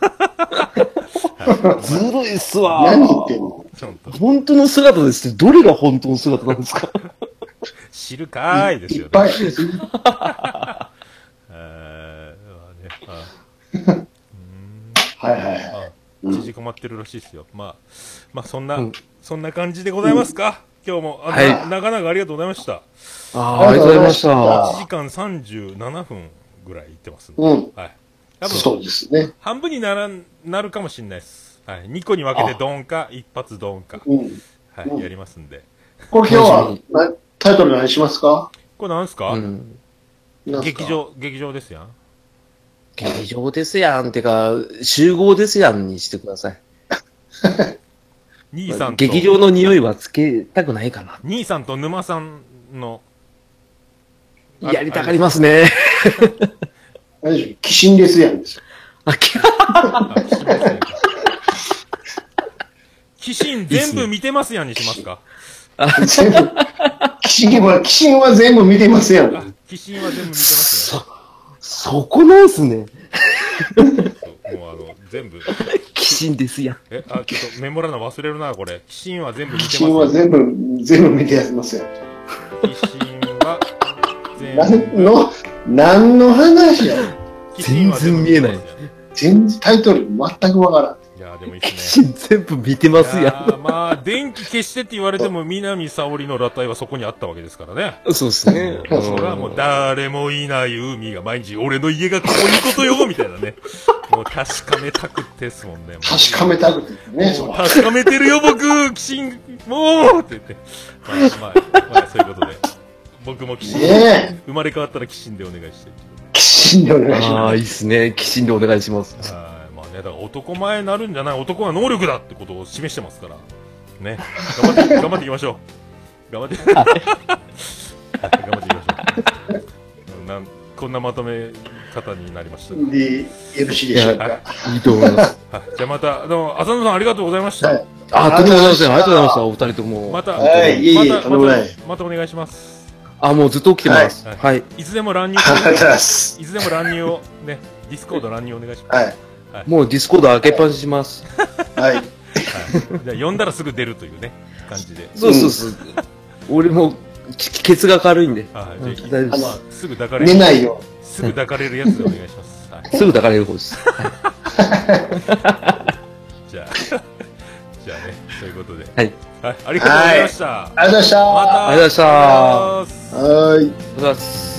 ずるいっすわ。 何言ってんの本当の姿ですって、どれが本当の姿なんですか知るかーいですよね。いっぱい。はいはいはい。 縮こまってるらしいですよ。まあ、まあそんな、うん、そんな感じでございますか。今日も、あの、はい、なかなかありがとうございました。 あありがとうございました。 いちじかんさんじゅうななふんぐらいいってますんで。 うん。 はい。 多分そうですね。 半分にならん、なるかもしれないです。はい。にこに分けてドンか、一発ドンか。うん。はい、うん、やりますんで。 これ今日は、タイトル何しますか？ これ何ですか？うん。劇場、劇場ですやん。 劇場ですやん。てか、集合ですやんにしてください。 兄さんと。 劇場の匂いはつけたくないかな。 兄さんと沼さんの。 やりたがりますね。 大丈夫。寄進ですやんですよ。 あ、き寄進全部見てますやんにしますか？ あ、全部。寄進は、寄進は全部見てますやん。 寄進は全部見てますやん。 そ、そこなんすね。 もうあの、全部。 寄進ですやん。 え、あ、ちょっとメモらな忘れるな、これ。寄進は全部見てます。 寄進は全部、全部見てますやん。 寄進は全部。 何の、何の話や全然見えない。 全然タイトル全くわからん。 いやでもいいっすね。 全部見てますやん。 まあ、電気消してって言われても、南沙織の裸体はそこにあったわけですからね。 そうですね。 それはもう、誰もいない海が毎日、俺の家がここにことよみたいなね。もう確かめたくってですもんね。 確かめたくてね。 確かめてるよ、僕鬼神もうって言って。まあ、まあ、まあ、そういうことで。僕も鬼神、ね、生まれ変わったら鬼神でお願いして。 鬼神でお願いします。 ああ、いいっすね。鬼神でお願いします。 ね、だから男前になるんじゃない、男は能力だってことを示してますからね。頑張って頑張っていきましょう。 頑張って。頑張っていきましょう。なんこんなまとめ方になりました。 で、よろしいでしょうか。 いいと思います。 はい、じゃあまた、あの、浅野さんありがとうございました。はい、 あ、とんでもございません。ありがとうございました。お二人とも。 また、 はい、いえいえ、 また、また、またお願いします。 あ、もうずっと起きてます。はい。はい、 いつでも乱入を、いつでも乱入を、ね、ディスコード乱入お願いします。はい。 はい、もうディスコード開けっぱなしします。 はい。はい、 じゃあ呼んだらすぐ出るというね、感じで。 そうそうそう。俺も、ケツが軽いんで。 はい、じゃあ、大丈夫です。すぐ抱かれる。寝ないよ。 すぐ抱かれるやつでお願いします。 はい、すぐ抱かれる方です。 じゃあ、じゃあね、ということで。 はい。 はい、ありがとうございました。 ありがとうございました。 また、 ありがとうございました。 はい。ありがとうございます。